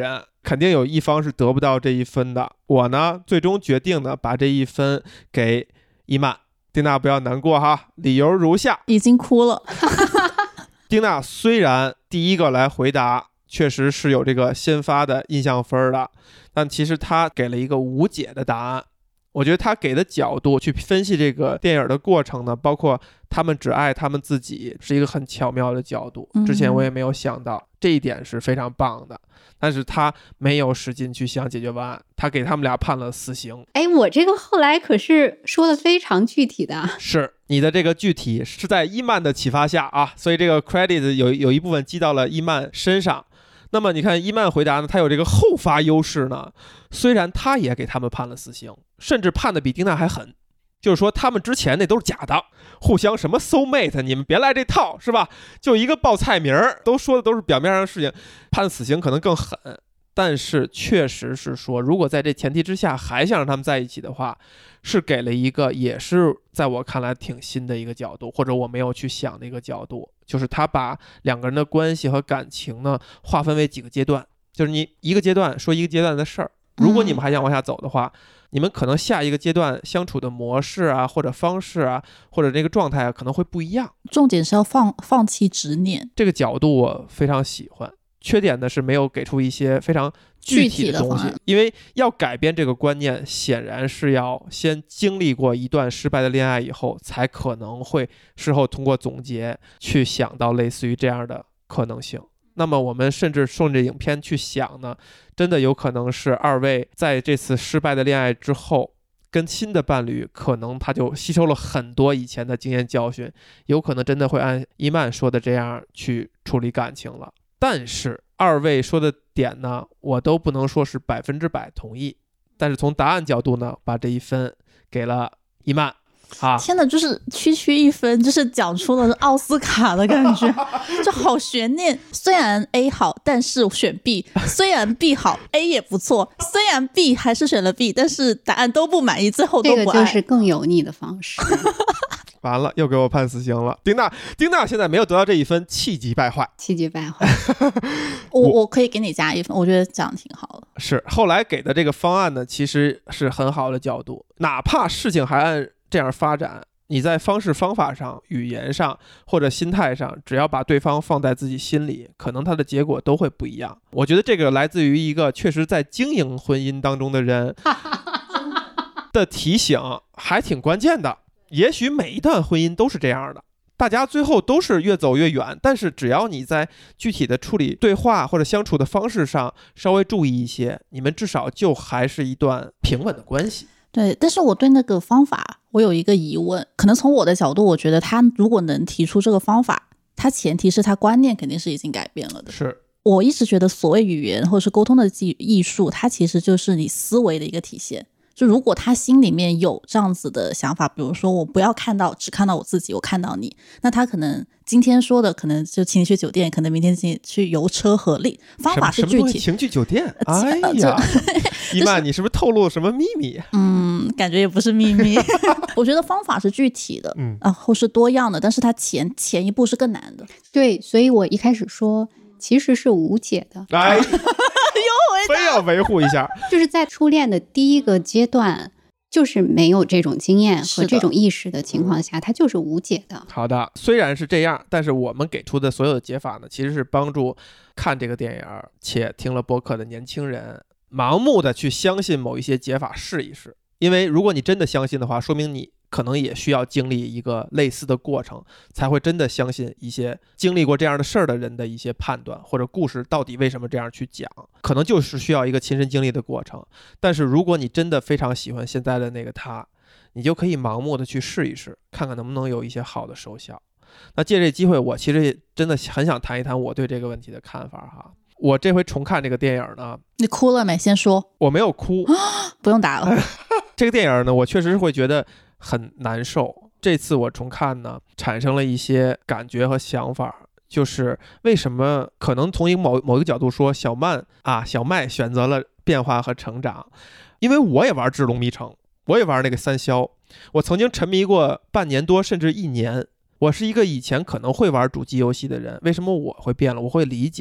S1: 肯定有一方是得不到这一分的。我呢，最终决定呢，把这一分给伊曼。丁娜不要难过哈，理由如下。
S3: 已经哭了。
S1: 丁娜虽然第一个来回答，确实是有这个先发的印象分的，但其实他给了一个无解的答案。我觉得他给的角度去分析这个电影的过程呢，包括他们只爱他们自己，是一个很巧妙的角度。之前我也没有想到，这一点是非常棒的。但是他没有使劲去想解决方案，他给他们俩判了死刑。
S2: 哎，我这个后来可是说的非常具体的。
S1: 是你的这个具体是在伊曼的启发下啊，所以这个 credit 有有一部分积到了伊曼身上。那么你看伊曼回答呢，他有这个后发优势呢，虽然他也给他们判了死刑，甚至判的比丁娜还狠，就是说他们之前那都是假的，互相什么 soul mate， 你们别来这套是吧？就一个报菜名儿，都说的都是表面上的事情，判死刑可能更狠。但是确实是说，如果在这前提之下还想让他们在一起的话，是给了一个也是在我看来挺新的一个角度，或者我没有去想的一个角度，就是他把两个人的关系和感情呢划分为几个阶段，就是你一个阶段说一个阶段的事儿，如果你们还想往下走的话、嗯、你们可能下一个阶段相处的模式啊，或者方式啊，或者这个状态啊，可能会不一样。
S3: 重点是要放放弃执念，这
S1: 个角度我非常喜欢。缺点呢是没有给出一些非常具体的东西，因为要改变这个观念，显然是要先经历过一段失败的恋爱以后，才可能会事后通过总结去想到类似于这样的可能性。那么我们甚至顺着影片去想呢，真的有可能是二位在这次失败的恋爱之后，跟新的伴侣可能他就吸收了很多以前的经验教训，有可能真的会按伊曼说的这样去处理感情了。但是二位说的点呢，我都不能说是百分之百同意，但是从答案角度呢，把这一分给了伊曼啊！
S3: 天哪，就是区区一分，就是讲出了奥斯卡的感觉，就好悬念。虽然 A 好，但是选 B； 虽然 B 好 ，A 也不错；虽然 B 还是选了 B， 但是答案都不满意，最后都不爱。
S2: 这个就是更油腻的方式。
S1: 完了，又给我判死刑了。丁娜，丁娜现在没有得到这一分，气急败坏。
S2: 气急败坏。
S3: 我我可以给你加一分，我觉得这样挺好的。
S1: 是后来给的这个方案呢，其实是很好的角度，哪怕事情还按这样发展，你在方式方法上、语言上或者心态上，只要把对方放在自己心里，可能他的结果都会不一样。我觉得这个来自于一个确实在经营婚姻当中的人的提醒，还挺关键的。也许每一段婚姻都是这样的，大家最后都是越走越远，但是只要你在具体的处理对话或者相处的方式上稍微注意一些，你们至少就还是一段平稳的关系。
S3: 对，但是我对那个方法我有一个疑问，可能从我的角度，我觉得他如果能提出这个方法，他前提是他观念肯定是已经改变了的。
S1: 是，
S3: 我一直觉得所谓语言或者是沟通的艺术，它其实就是你思维的一个体现。就如果他心里面有这样子的想法，比如说我不要看到只看到我自己，我看到你，那他可能今天说的可能就请你去酒店，可能明天请你去游车河里，方法是具体。
S1: 什么情趣酒店？哎呀，伊曼，你是不是透露了什么秘密？
S3: 嗯，感觉也不是秘密。我觉得方法是具体的，嗯，然后是多样的，但是它前前一步是更难的。
S2: 对，所以我一开始说其实是无解的。
S1: 哎。非要维护一下，
S2: 就是在初恋的第一个阶段，就是没有这种经验和这种意识的情况下，它就是无解的。
S1: 好的，虽然是这样，但是我们给出的所有的解法呢，其实是帮助看这个电影且听了播客的年轻人盲目的去相信某一些解法试一试，因为如果你真的相信的话，说明你可能也需要经历一个类似的过程，才会真的相信一些经历过这样的事儿的人的一些判断，或者故事到底为什么这样去讲，可能就是需要一个亲身经历的过程。但是如果你真的非常喜欢现在的那个他，你就可以盲目的去试一试，看看能不能有一些好的收效。那借这机会，我其实也真的很想谈一谈我对这个问题的看法哈。我这回重看这个电影呢，
S3: 你哭了没？先说。
S1: 我没有哭。
S3: 不用打了。
S1: 这个电影呢，我确实会觉得很难受。这次我重看呢，产生了一些感觉和想法，就是为什么可能从一个某某一个角度说，小曼啊，小麦选择了变化和成长。因为我也玩智龙迷城，我也玩那个三消，我曾经沉迷过半年多甚至一年。我是一个以前可能会玩主机游戏的人，为什么我会变了？我会理解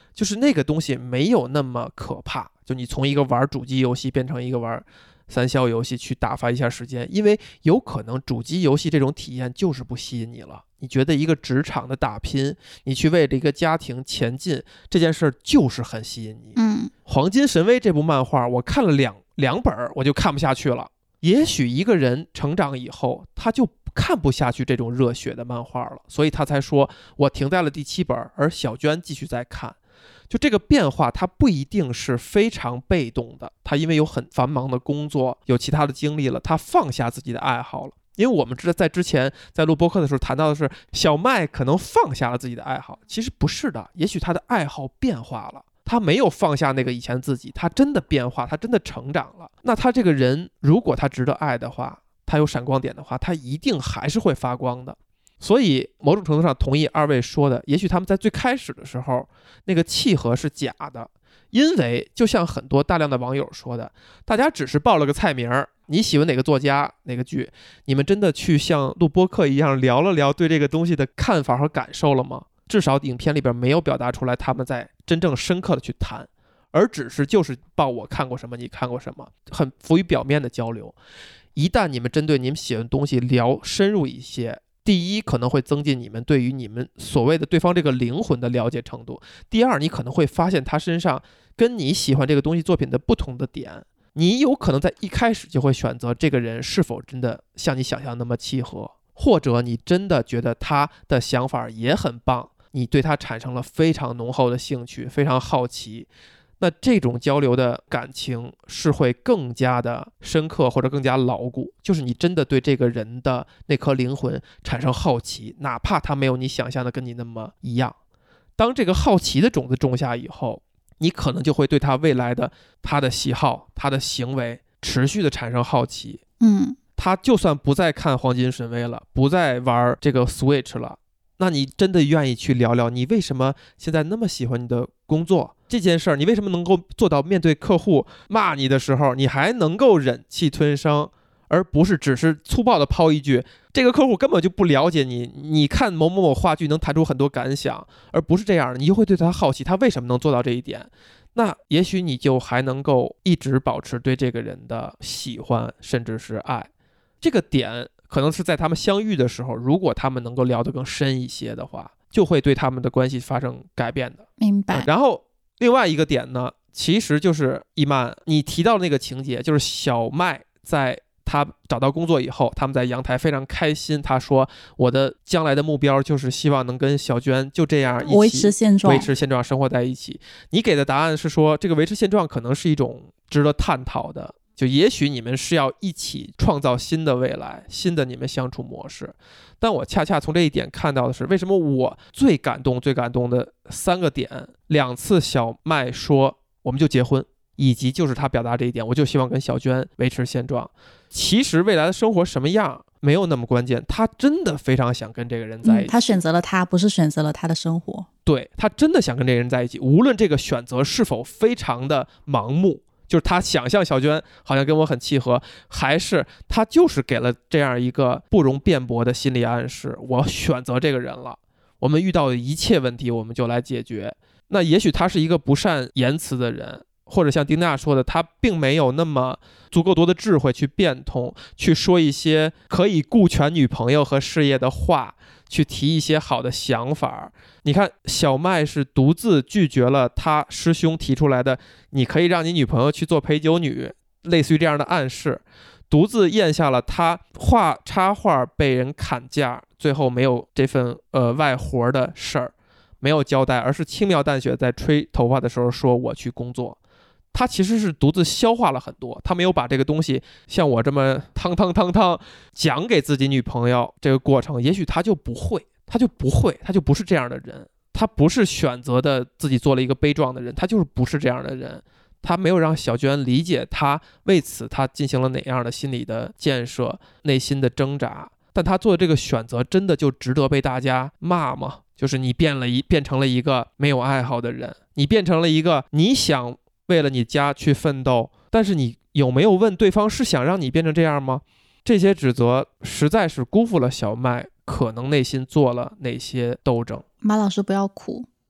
S1: 就是那个东西没有那么可怕，就你从一个玩主机游戏变成一个玩三消游戏去打发一下时间，因为有可能主机游戏这种体验就是不吸引你了，你觉得一个职场的打拼，你去为了一个家庭前进这件事就是很吸引你。
S2: 嗯，
S1: 黄金神威这部漫画我看了两两本我就看不下去了，也许一个人成长以后他就看不下去这种热血的漫画了，所以他才说我停在了第七本，而小娟继续在看。就这个变化它不一定是非常被动的，他因为有很繁忙的工作，有其他的经历了，他放下自己的爱好了。因为我们知道在之前在录播客的时候谈到的是小麦可能放下了自己的爱好，其实不是的，也许他的爱好变化了，他没有放下那个以前自己，他真的变化，他真的成长了。那他这个人如果他值得爱的话，他有闪光点的话，他一定还是会发光的。所以某种程度上同意二位说的，也许他们在最开始的时候那个契合是假的，因为就像很多大量的网友说的，大家只是报了个菜名，你喜欢哪个作家哪个剧，你们真的去像录播客一样聊了聊对这个东西的看法和感受了吗？至少影片里边没有表达出来他们在真正深刻的去谈，而只是就是报我看过什么你看过什么，很浮于表面的交流。一旦你们针对你们喜欢的东西聊深入一些，第一可能会增进你们对于你们所谓的对方这个灵魂的了解程度，第二你可能会发现他身上跟你喜欢这个东西作品的不同的点，你有可能在一开始就会选择这个人是否真的像你想象那么契合，或者你真的觉得他的想法也很棒，你对他产生了非常浓厚的兴趣，非常好奇，那这种交流的感情是会更加的深刻或者更加牢固，就是你真的对这个人的那颗灵魂产生好奇，哪怕他没有你想象的跟你那么一样。当这个好奇的种子种下以后，你可能就会对他未来的他的喜好他的行为持续的产生好奇。
S2: 嗯，
S1: 他就算不再看黄金神威了，不再玩这个 Switch 了，那你真的愿意去聊聊你为什么现在那么喜欢你的工作这件事儿，你为什么能够做到面对客户骂你的时候你还能够忍气吞声，而不是只是粗暴的抛一句这个客户根本就不了解你，你看某某某话剧能谈出很多感想，而不是这样，你就会对他好奇他为什么能做到这一点，那也许你就还能够一直保持对这个人的喜欢甚至是爱。这个点可能是在他们相遇的时候，如果他们能够聊得更深一些的话，就会对他们的关系发生改变的。
S3: 明白。
S1: 然后另外一个点呢，其实就是一曼你提到的那个情节，就是小麦在他找到工作以后，他们在阳台非常开心，他说我的将来的目标就是希望能跟小娟就这样一起
S3: 维持现状，
S1: 维持现状生活在一起。你给的答案是说这个维持现状可能是一种值得探讨的，就也许你们是要一起创造新的未来，新的你们相处模式。但我恰恰从这一点看到的是，为什么我最感动最感动的三个点，两次小麦说我们就结婚，以及就是他表达这一点，我就希望跟小娟维持现状。其实未来的生活什么样没有那么关键，他真的非常想跟这个人在一起、
S3: 嗯、他选择了他，不是选择了他的生活。
S1: 对，他真的想跟这个人在一起，无论这个选择是否非常的盲目，就是他想象小娟好像跟我很契合，还是他就是给了这样一个不容辩驳的心理暗示，我选择这个人了，我们遇到的一切问题我们就来解决。那也许他是一个不善言辞的人，或者像丁娜说的，他并没有那么足够多的智慧去变通，去说一些可以顾全女朋友和事业的话，去提一些好的想法。你看小麦是独自拒绝了他师兄提出来的你可以让你女朋友去做陪酒女类似于这样的暗示，独自咽下了他画插画被人砍价最后没有这份呃外活的事儿没有交代，而是轻描淡写在吹头发的时候说我去工作。他其实是独自消化了很多，他没有把这个东西像我这么汤汤汤汤讲给自己女朋友，这个过程也许他就不会他就不会他就不是这样的人，他不是选择的自己做了一个悲壮的人，他就是不是这样的人，他没有让小娟理解他，为此他进行了哪样的心理的建设，内心的挣扎。但他做的这个选择真的就值得被大家骂吗？就是你变了一变成了一个没有爱好的人，你变成了一个你想为了你家去奋斗，但是你有没有问对方是想让你变成这样吗？这些指责实在是辜负了小麦可能内心做了哪些斗争。
S3: 马老师不要哭，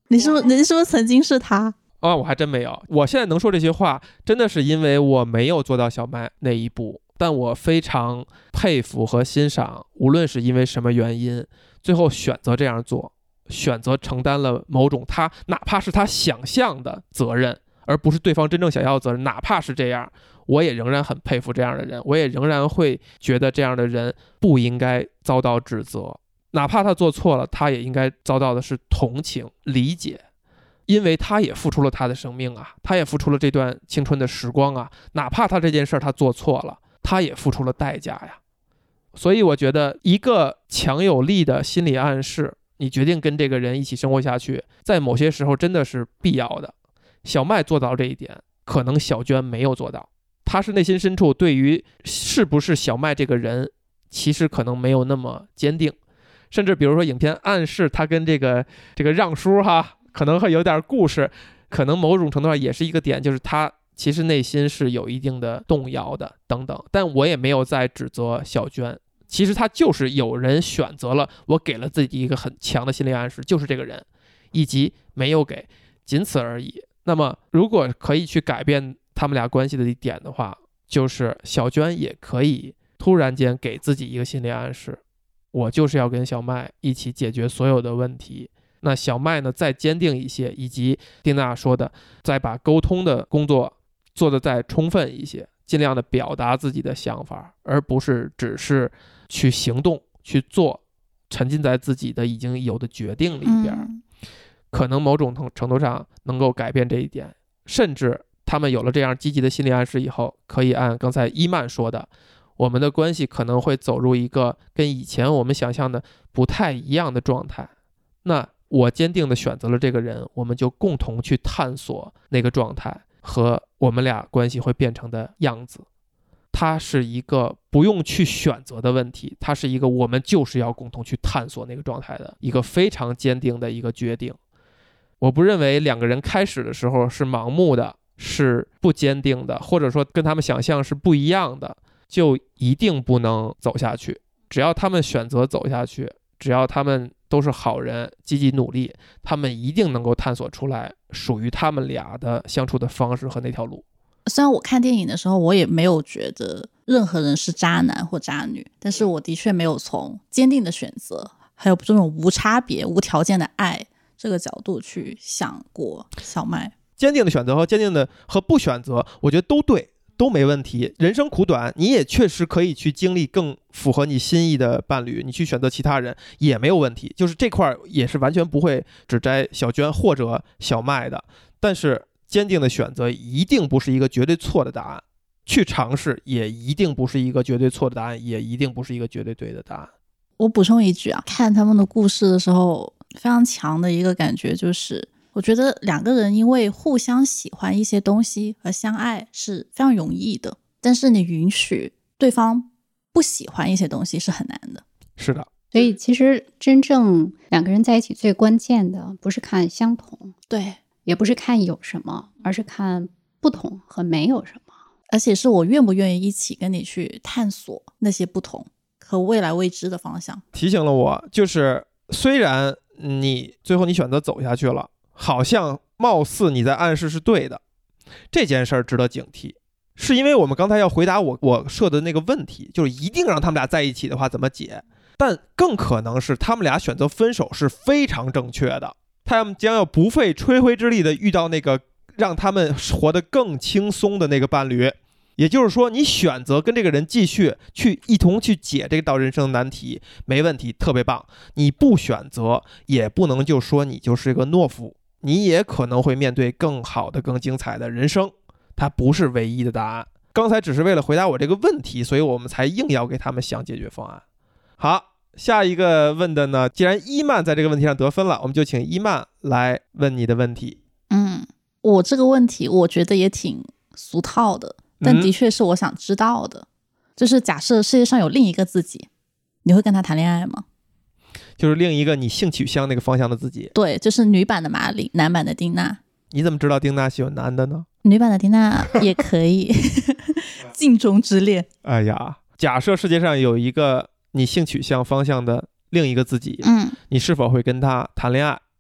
S3: 你是不是你是不是曾经是他？
S1: 啊，我还真没有。我现在能说这些话，真的是因为我没有做到小麦那一步，但我非常佩服和欣赏，无论是因为什么原因，最后选择这样做，选择承担了某种他哪怕是他想象的责任，而不是对方真正想要的责任，哪怕是这样，我也仍然很佩服这样的人，我也仍然会觉得这样的人不应该遭到指责，哪怕他做错了，他也应该遭到的是同情、理解。因为他也付出了他的生命啊，他也付出了这段青春的时光啊，哪怕他这件事他做错了，他也付出了代价呀。所以我觉得一个强有力的心理暗示，你决定跟这个人一起生活下去，在某些时候真的是必要的。小麦做到这一点，可能小娟没有做到，她是内心深处对于是不是小麦这个人，其实可能没有那么坚定，甚至比如说影片暗示他跟这个这个让叔哈可能会有点故事，可能某种程度上也是一个点，就是他其实内心是有一定的动摇的等等。但我也没有在指责小娟，其实他就是有人选择了，我给了自己一个很强的心理暗示，就是这个人，以及没有给，仅此而已。那么如果可以去改变他们俩关系的一点的话，就是小娟也可以突然间给自己一个心理暗示，我就是要跟小麦一起解决所有的问题。那小麦呢再坚定一些，以及丁娜说的再把沟通的工作做得再充分一些，尽量的表达自己的想法，而不是只是去行动去做，沉浸在自己的已经有的决定里边、嗯、可能某种程度上能够改变这一点。甚至他们有了这样积极的心理暗示以后，可以按刚才伊曼说的，我们的关系可能会走入一个跟以前我们想象的不太一样的状态。那我坚定地选择了这个人，我们就共同去探索那个状态和我们俩关系会变成的样子。它是一个不用去选择的问题，它是一个我们就是要共同去探索那个状态的一个非常坚定的一个决定。我不认为两个人开始的时候是盲目的，是不坚定的，或者说跟他们想象是不一样的，就一定不能走下去。只要他们选择走下去，只要他们都是好人，积极努力，他们一定能够探索出来属于他们俩的相处的方式和那条路。
S3: 虽然我看电影的时候我也没有觉得任何人是渣男或渣女，但是我的确没有从坚定的选择还有这种无差别无条件的爱这个角度去想过小麦。
S1: 坚定的选择和坚定的和不选择，我觉得都对，都没问题。人生苦短，你也确实可以去经历更符合你心意的伴侣，你去选择其他人也没有问题。就是这块也是完全不会指摘小娟或者小麦的，但是坚定的选择一定不是一个绝对错的答案，去尝试也一定不是一个绝对错的答案，也一定不是一个绝对对的答案。
S3: 我补充一句啊，看他们的故事的时候非常强的一个感觉就是，我觉得两个人因为互相喜欢一些东西而相爱是非常容易的，但是你允许对方不喜欢一些东西是很难的。
S1: 是的，
S2: 所以其实真正两个人在一起最关键的不是看相同，
S3: 对，
S2: 也不是看有什么，而是看不同和没有什么，
S3: 而且是我愿不愿意一起跟你去探索那些不同和未来未知的方向。
S1: 提醒了我，就是虽然你最后你选择走下去了，好像貌似你在暗示是对的，这件事儿值得警惕。是因为我们刚才要回答我我设的那个问题，就是一定让他们俩在一起的话怎么解，但更可能是他们俩选择分手是非常正确的，他们将要不费吹灰之力的遇到那个让他们活得更轻松的那个伴侣。也就是说，你选择跟这个人继续去一同去解这道人生难题，没问题，特别棒。你不选择，也不能就说你就是一个懦夫，你也可能会面对更好的、更精彩的人生。它不是唯一的答案。刚才只是为了回答我这个问题，所以我们才硬要给他们想解决方案。好，下一个问的呢，既然伊曼在这个问题上得分了，我们就请伊曼来问你的问题。
S3: 嗯，我这个问题我觉得也挺俗套的，但的确是我想知道的、嗯、就是假设世界上有另一个自己，你会跟他谈恋爱吗？
S1: 就是另一个你性取向那个方向的自己。
S3: 对，就是女版的马里，男版的丁娜。
S1: 你怎么知道丁娜喜欢男的呢？
S3: 女版的丁娜也可以镜中之恋。
S1: 哎呀，假设世界上有一个你性取向方向的另一个自己，
S3: 嗯，
S1: 你是否会跟他谈恋爱？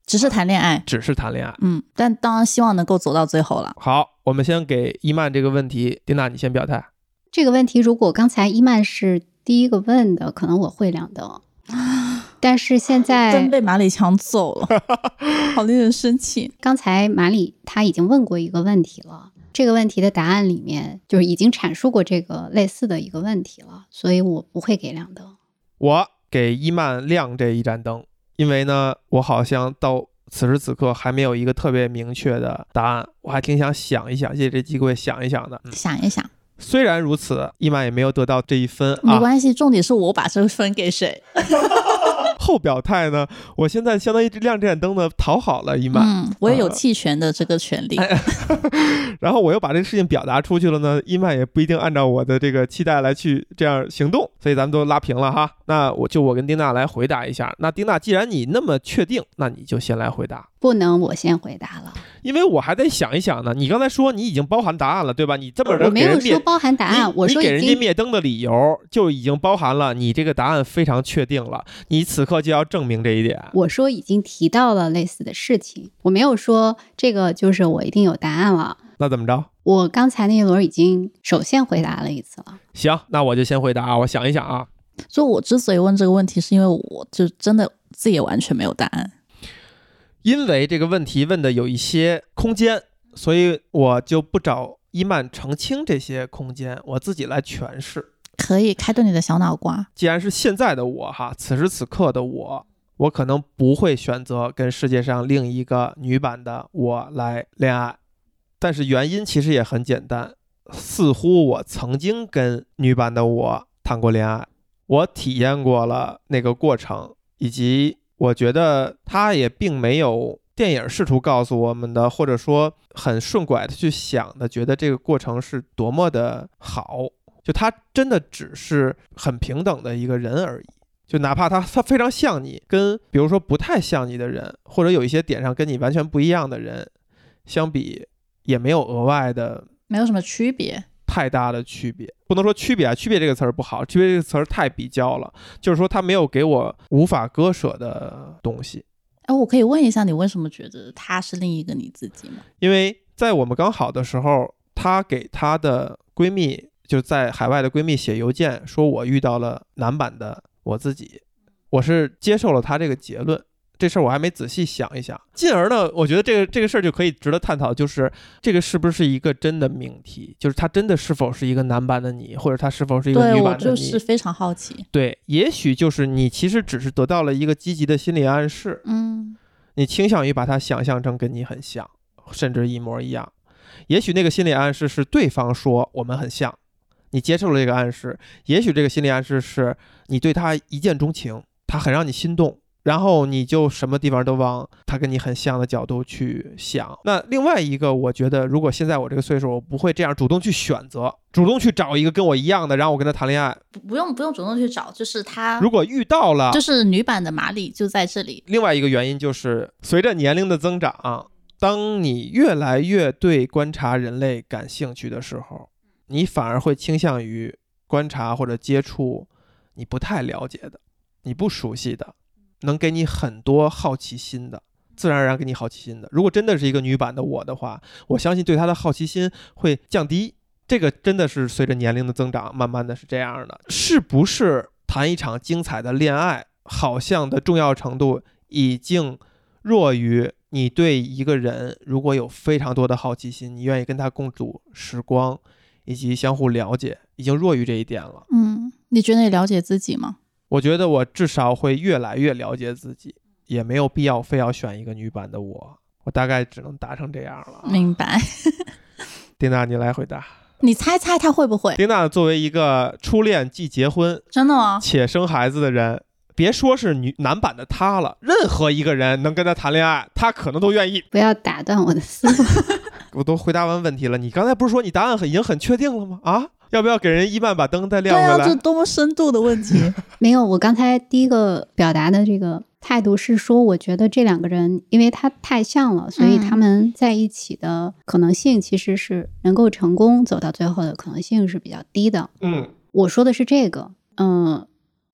S3: 只是谈恋爱，
S1: 只是谈恋爱。
S3: 嗯，但当然希望能够走到最后了。
S1: 好，我们先给伊曼这个问题，丁娜你先表态。
S2: 这个问题如果刚才伊曼是第一个问的，可能我会两灯，但是现在
S3: 真被马里抢走了，好令人生气。
S2: 刚才马里他已经问过一个问题了，这个问题的答案里面就是已经阐述过这个类似的一个问题了，所以我不会给两灯。
S1: 我给伊曼亮这一盏灯，因为呢，我好像到此时此刻还没有一个特别明确的答案，我还挺想想一想，借这机会想一想的。嗯、
S3: 想一想。
S1: 虽然如此，伊曼也没有得到这一分，
S3: 没关系、啊、重点是我把这个分给谁。
S1: 后表态呢，我现在相当于亮这盏灯呢，讨好了伊曼，
S3: 嗯，我也有弃权的这个权利、
S1: 呃、然后我又把这个事情表达出去了呢，伊曼也不一定按照我的这个期待来去这样行动，所以咱们都拉平了哈。那我就我跟丁娜来回答一下。那丁娜既然你那么确定，那你就先来回答。
S2: 不能我先回答了，
S1: 因为我还得想一想呢。你刚才说你已经包含答案了，对吧？你这么
S2: 我没有说包含答案，我说
S1: 你给人家灭灯的理由就已经包含了你这个答案非常确定了，你此刻就要证明这一点。
S2: 我说已经提到了类似的事情，我没有说这个就是我一定有答案了。
S1: 那怎么着？
S2: 我刚才那一轮已经首先回答了一次了。
S1: 行，那我就先回答啊，我想一想啊。
S3: 所以我之所以问这个问题，是因为我就真的自己也完全没有答案。
S1: 因为这个问题问的有一些空间，所以我就不找伊曼澄清这些空间，我自己来诠释。
S3: 可以开动你的小脑瓜。
S1: 既然是现在的我哈，此时此刻的我，我可能不会选择跟世界上另一个女版的我来恋爱，但是原因其实也很简单，似乎我曾经跟女版的我谈过恋爱，我体验过了那个过程，以及我觉得他也并没有电影试图告诉我们的，或者说很顺拐的去想的，觉得这个过程是多么的好，就他真的只是很平等的一个人而已。就哪怕他他非常像你，跟比如说不太像你的人，或者有一些点上跟你完全不一样的人相比，也没有额外的，
S3: 没有什么区别，
S1: 太大的区别。不能说区别啊，区别这个词儿不好，区别这个词儿太比较了，就是说他没有给我无法割舍的东西。
S3: 哎，我可以问一下，你为什么觉得他是另一个你自己吗？
S1: 因为在我们刚好的时候，她给她的闺蜜，就在海外的闺蜜写邮件说我遇到了男版的我自己，我是接受了她这个结论。这事儿我还没仔细想一想，进而呢，我觉得这个这个事儿就可以值得探讨，就是这个是不是一个真的命题，就是他真的是否是一个男版的你，或者他是否是一个女版的你。
S3: 对，我就是非常好奇。
S1: 对，也许就是你其实只是得到了一个积极的心理暗示，
S3: 嗯，
S1: 你倾向于把它想象成跟你很像，甚至一模一样。也许那个心理暗示是对方说我们很像，你接受了这个暗示；也许这个心理暗示是你对他一见钟情，他很让你心动。然后你就什么地方都往他跟你很像的角度去想。那另外一个，我觉得如果现在我这个岁数，我不会这样主动去选择，主动去找一个跟我一样的，然后我跟他谈恋爱。
S3: 不不用不用主动去找，就是他
S1: 如果遇到了，
S3: 就是女版的马里就在这里。
S1: 另外一个原因就是随着年龄的增长，当你越来越对观察人类感兴趣的时候，你反而会倾向于观察或者接触你不太了解的，你不熟悉的，能给你很多好奇心的，自然而然给你好奇心的。如果真的是一个女版的我的话，我相信对她的好奇心会降低。这个真的是随着年龄的增长，慢慢的是这样的。是不是谈一场精彩的恋爱，好像的重要程度已经弱于你对一个人如果有非常多的好奇心，你愿意跟他共度时光，以及相互了解，已经弱于这一点了。
S3: 嗯，你觉得你了解自己吗？
S1: 我觉得我至少会越来越了解自己，也没有必要非要选一个女版的我，我大概只能达成这样了。
S3: 明白。
S1: 丁娜，你来回答。
S3: 你猜猜他会不会？
S1: 丁娜作为一个初恋即结婚，
S3: 真的吗？
S1: 且生孩子的人，别说是女男版的他了，任何一个人能跟他谈恋爱，他可能都愿意。
S2: 不要打断我的思路。
S1: 我都回答完问题了，你刚才不是说你答案很已经很确定了吗？啊？要不要给人伊曼把灯再亮回来？
S3: 对啊，这多么深度的问题。
S2: 没有，我刚才第一个表达的这个态度是说，我觉得这两个人因为他太像了，所以他们在一起的可能性其实是能够成功走到最后的可能性是比较低的。
S1: 嗯，
S2: 我说的是这个。嗯，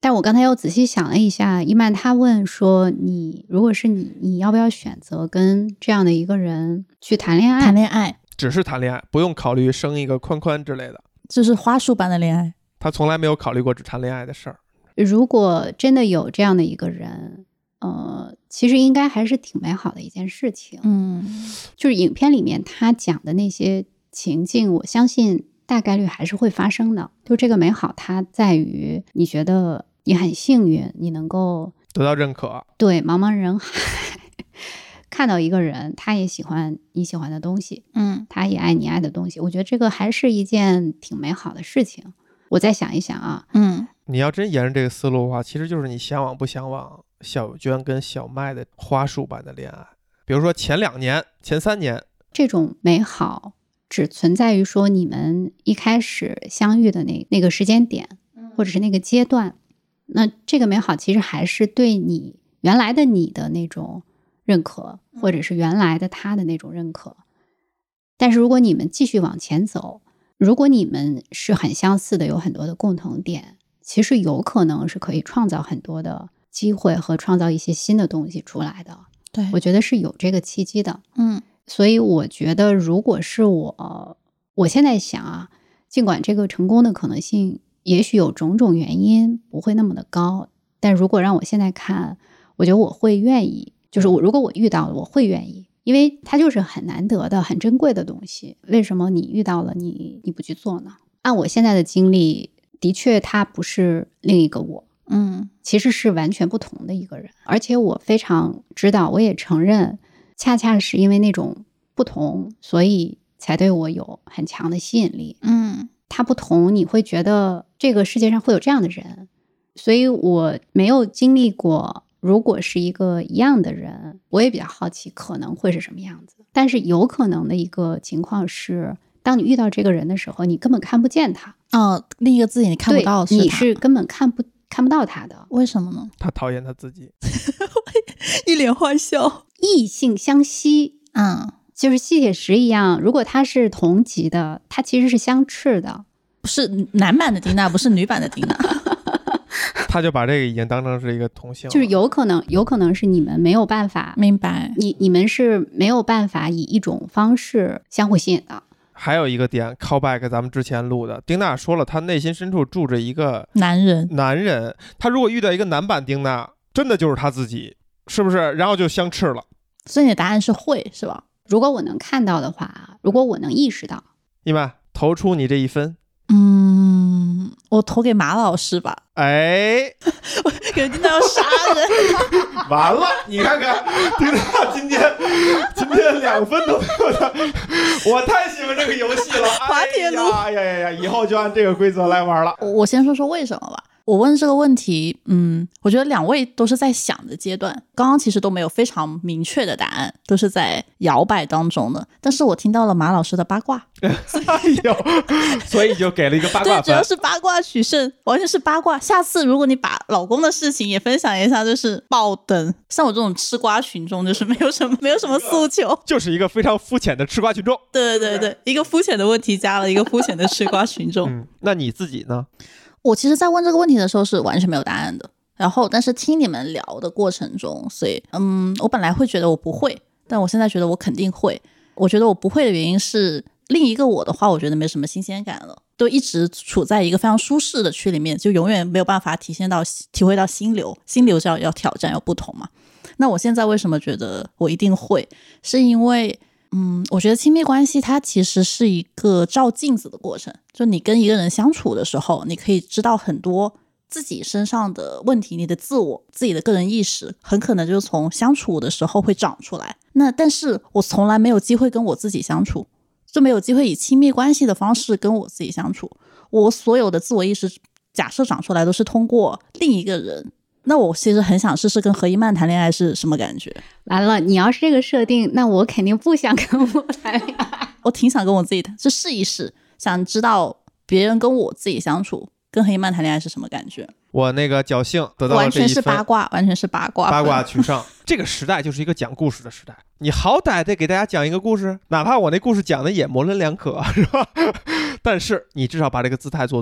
S2: 但我刚才又仔细想了一下，伊曼他问说，你如果是你，你要不要选择跟这样的一个人去谈恋爱？
S3: 谈恋爱
S1: 只是谈恋爱，不用考虑生一个宽宽之类的，
S3: 这是花束般的恋爱。
S1: 他从来没有考虑过只谈恋爱的事儿。
S2: 如果真的有这样的一个人，呃，其实应该还是挺美好的一件事情。
S3: 嗯，
S2: 就是影片里面他讲的那些情境，我相信大概率还是会发生的。就这个美好，它在于你觉得你很幸运，你能够
S1: 得到认可。
S2: 对，茫茫人海看到一个人，他也喜欢你喜欢的东西，
S3: 嗯，
S2: 他也爱你爱的东西，我觉得这个还是一件挺美好的事情。我再想一想啊，
S3: 嗯，
S1: 你要真沿着这个思路的话，其实就是你向往不向往小娟跟小麦的花束般的恋爱。比如说前两年、前三年，
S2: 这种美好只存在于说你们一开始相遇的那那个时间点，或者是那个阶段。那这个美好其实还是对你原来的你的那种认可，或者是原来的他的那种认可。但是如果你们继续往前走，如果你们是很相似的，有很多的共同点，其实有可能是可以创造很多的机会和创造一些新的东西出来的。
S3: 对，
S2: 我觉得是有这个契机的。
S3: 嗯，
S2: 所以我觉得如果是我，我现在想啊，尽管这个成功的可能性也许有种种原因不会那么的高，但如果让我现在看，我觉得我会愿意，就是我如果我遇到了，我会愿意，因为它就是很难得的、很珍贵的东西。为什么你遇到了你你不去做呢？按我现在的经历，的确他不是另一个我，
S3: 嗯，
S2: 其实是完全不同的一个人。而且我非常知道，我也承认，恰恰是因为那种不同，所以才对我有很强的吸引力。
S3: 嗯，
S2: 他不同，你会觉得这个世界上会有这样的人，所以我没有经历过。如果是一个一样的人，我也比较好奇可能会是什么样子。但是有可能的一个情况是，当你遇到这个人的时候，你根本看不见他。
S3: 哦，另一个自己你看不到，
S2: 对，你是根本看不看不到他的。
S3: 为什么呢？
S1: 他讨厌他自己。
S3: 一脸坏笑。
S2: 异性相吸，
S3: 嗯，
S2: 就是吸铁石一样，如果它是同级的，它其实是相斥的。
S3: 不是男版的丁娜，不是女版的丁娜。
S1: 他就把这个已经当成是一个同性了，
S2: 就是有可能有可能是你们没有办法
S3: 明白，
S2: 你你们是没有办法以一种方式相互吸引的。
S1: 还有一个点 call back 咱们之前录的，丁娜说了她内心深处住着一个
S3: 男人
S1: 男人，她如果遇到一个男版丁娜，真的就是她自己，是不是？然后就相斥了。
S3: 所以你的答案是会，是吧？
S2: 如果我能看到的话，如果我能意识到，
S1: 你们投出你这一分。
S3: 嗯，我投给马老师吧。
S1: 哎，
S3: 我感觉丁娜要杀人。
S1: 完了，你看看丁娜今天今天两分都没有的，我太喜欢这个游戏了。
S3: 滑铁卢，
S1: 哎呀呀呀，以后就按这个规则来玩了。
S3: 我我先说说为什么吧。我问这个问题，嗯，我觉得两位都是在想的阶段，刚刚其实都没有非常明确的答案，都是在摇摆当中的。但是我听到了马老师的八卦，
S1: 哎呦，所以就给了一个八卦分。
S3: 对，主要是八卦取胜，完全是八卦。下次如果你把老公的事情也分享一下，就是爆灯。像我这种吃瓜群众，就是没有什么没有什么诉求，
S1: 就是一个非常肤浅的吃瓜群众。
S3: 对对对，一个肤浅的问题加了一个肤浅的吃瓜群众。
S1: 嗯，那你自己呢？
S3: 我其实在问这个问题的时候是完全没有答案的，然后但是听你们聊的过程中，所以嗯，我本来会觉得我不会，但我现在觉得我肯定会。我觉得我不会的原因是，另一个我的话我觉得没什么新鲜感了，都一直处在一个非常舒适的区里面，就永远没有办法体现到体会到心流，心流是要要挑战要不同嘛。那我现在为什么觉得我一定会，是因为嗯，我觉得亲密关系它其实是一个照镜子的过程，就你跟一个人相处的时候，你可以知道很多自己身上的问题，你的自我自己的个人意识很可能就是从相处的时候会长出来。那但是我从来没有机会跟我自己相处，就没有机会以亲密关系的方式跟我自己相处，我所有的自我意识假设长出来都是通过另一个人。那我其实很想试试跟何一曼谈恋爱是什么感觉。
S2: 完了，你要是这个设定，那我肯定不想跟我谈恋爱。
S3: 我挺想跟我自己谈，就试一试，想知道别人跟我自己相处跟何一曼谈恋爱是什么感觉。
S1: 我那个侥幸得到了
S3: 完全
S1: 这一分，
S3: 是八卦，完全是八卦，
S1: 八卦取胜。这个时代就是一个讲故事的时代，你好歹得给大家讲一个故事，哪怕我那故事讲的也模棱两可，是吧？但是你至少把这个姿态做足。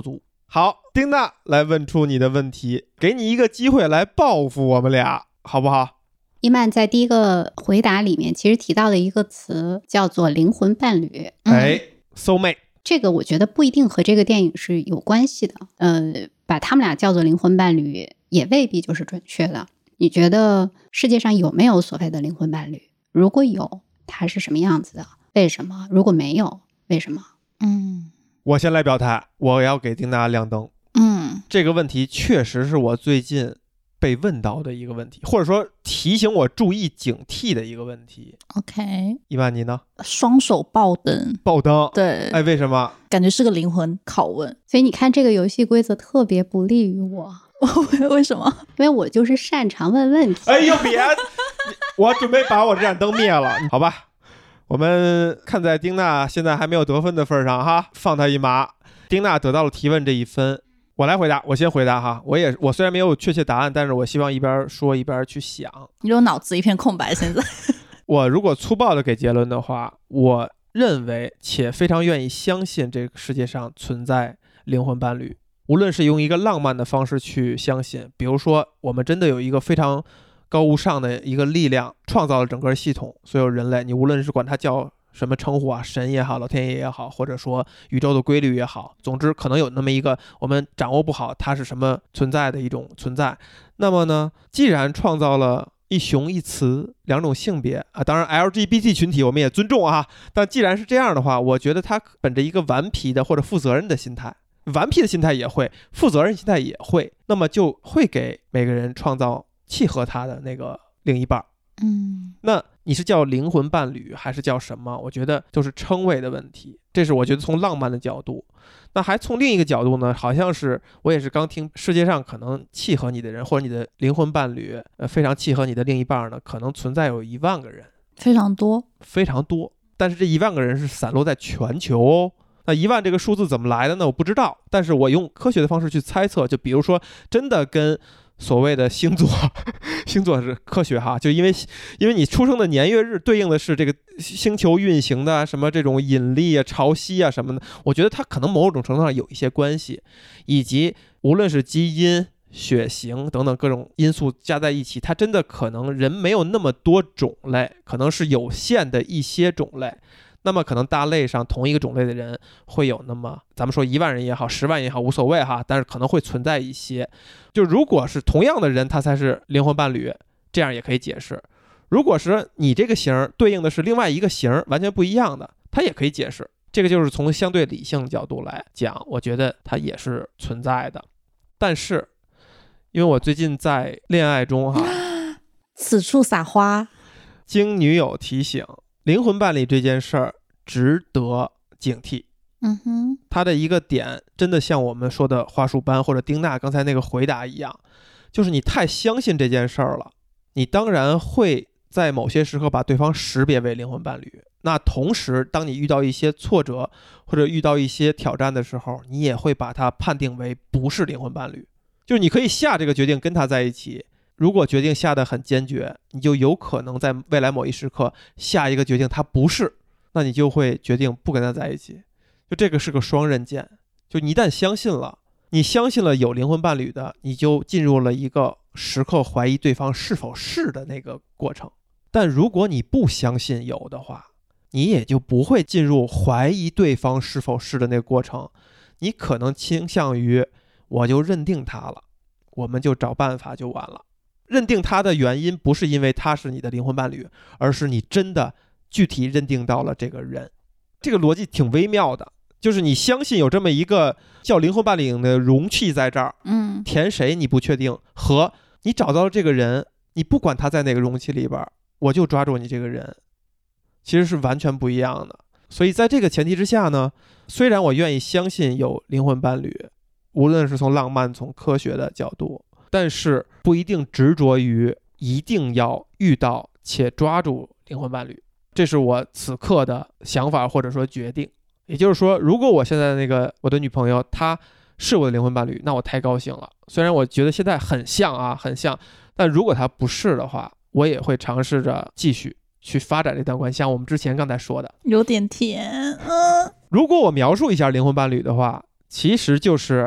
S1: 好，丁娜来问出你的问题，给你一个机会来报复我们俩，好不好？
S2: 伊曼在第一个回答里面其实提到了一个词叫做灵魂伴侣。
S1: 哎 soul mate，
S2: 这个我觉得不一定和这个电影是有关系的，呃，把他们俩叫做灵魂伴侣也未必就是准确的。你觉得世界上有没有所谓的灵魂伴侣？如果有，它是什么样子的？为什么？如果没有，为什么？
S3: 嗯，
S1: 我先来表态，我要给丁娜亮灯。
S3: 嗯，
S1: 这个问题确实是我最近被问到的一个问题，或者说提醒我注意警惕的一个问题。
S3: OK，
S1: 伊曼你呢？
S3: 双手爆灯，
S1: 爆灯，
S3: 对，
S1: 哎，为什么？
S3: 感觉是个灵魂拷问。
S2: 所以你看这个游戏规则特别不利于我，
S3: 为什么？
S2: 因为我就是擅长问问题。
S1: 哎呦别我准备把我这盏灯灭了，好吧，我们看在丁娜现在还没有得分的份上哈，放她一马。丁娜得到了提问这一分，我来回答，我先回答哈。我也我虽然没有确切答案，但是我希望一边说一边去想。
S3: 你有脑子一片空白现在。
S1: 我如果粗暴的给结论的话，我认为且非常愿意相信这个世界上存在灵魂伴侣，无论是用一个浪漫的方式去相信，比如说我们真的有一个非常高无上的一个力量创造了整个系统，所有人类，你无论是管它叫什么称呼啊，神也好，老天爷也好，或者说宇宙的规律也好，总之可能有那么一个我们掌握不好它是什么存在的一种存在。那么呢，既然创造了一雄一雌两种性别啊，当然 L G B T 群体我们也尊重啊，但既然是这样的话，我觉得他本着一个顽皮的或者负责任的心态，顽皮的心态也会，负责任心态也会，那么就会给每个人创造契合他的那个另一半。
S3: 嗯，
S1: 那你是叫灵魂伴侣还是叫什么？我觉得就是称谓的问题，这是我觉得从浪漫的角度。那还从另一个角度呢，好像是我也是刚听，世界上可能契合你的人或者你的灵魂伴侣，呃，非常契合你的另一半呢，可能存在有一万个人，
S3: 非常多，
S1: 非常多。但是这一万个人是散落在全球哦。那一万这个数字怎么来的呢？我不知道，但是我用科学的方式去猜测，就比如说真的跟所谓的星座，星座是科学哈，就因为因为你出生的年月日对应的是这个星球运行的什么这种引力啊、潮汐啊什么的，我觉得它可能某种程度上有一些关系，以及无论是基因、血型等等各种因素加在一起，它真的可能人没有那么多种类，可能是有限的一些种类。那么可能大类上同一个种类的人会有那么咱们说一万人也好，十万也好，无所谓哈，但是可能会存在一些，就如果是同样的人他才是灵魂伴侣，这样也可以解释。如果是你这个型对应的是另外一个型完全不一样的，它也可以解释。这个就是从相对理性的角度来讲，我觉得它也是存在的。但是因为我最近在恋爱中哈，
S3: 此处撒花，
S1: 经女友提醒，灵魂伴侣这件事儿值得警惕。
S3: 嗯哼，
S1: 他的一个点真的像我们说的花束般或者丁娜刚才那个回答一样，就是你太相信这件事儿了，你当然会在某些时刻把对方识别为灵魂伴侣。那同时当你遇到一些挫折或者遇到一些挑战的时候，你也会把它判定为不是灵魂伴侣。就是你可以下这个决定跟他在一起，如果决定下得很坚决，你就有可能在未来某一时刻下一个决定他不是，那你就会决定不跟他在一起。就这个是个双刃剑，就你一旦相信了，你相信了有灵魂伴侣的，你就进入了一个时刻怀疑对方是否是的那个过程。但如果你不相信有的话，你也就不会进入怀疑对方是否是的那个过程，你可能倾向于我就认定他了，我们就找办法就完了。认定他的原因不是因为他是你的灵魂伴侣，而是你真的具体认定到了这个人。这个逻辑挺微妙的，就是你相信有这么一个叫灵魂伴侣的容器在这儿，
S3: 嗯，
S1: 填谁你不确定，和你找到了这个人，你不管他在哪个容器里边，我就抓住你这个人，其实是完全不一样的。所以在这个前提之下呢，虽然我愿意相信有灵魂伴侣，无论是从浪漫从科学的角度，但是不一定执着于一定要遇到且抓住灵魂伴侣，这是我此刻的想法或者说决定。也就是说，如果我现在那个我的女朋友她是我的灵魂伴侣，那我太高兴了。虽然我觉得现在很像啊，很像，但如果她不是的话，我也会尝试着继续去发展这段关系。像我们之前刚才说的，
S3: 有点甜。嗯，
S1: 如果我描述一下灵魂伴侣的话，其实就是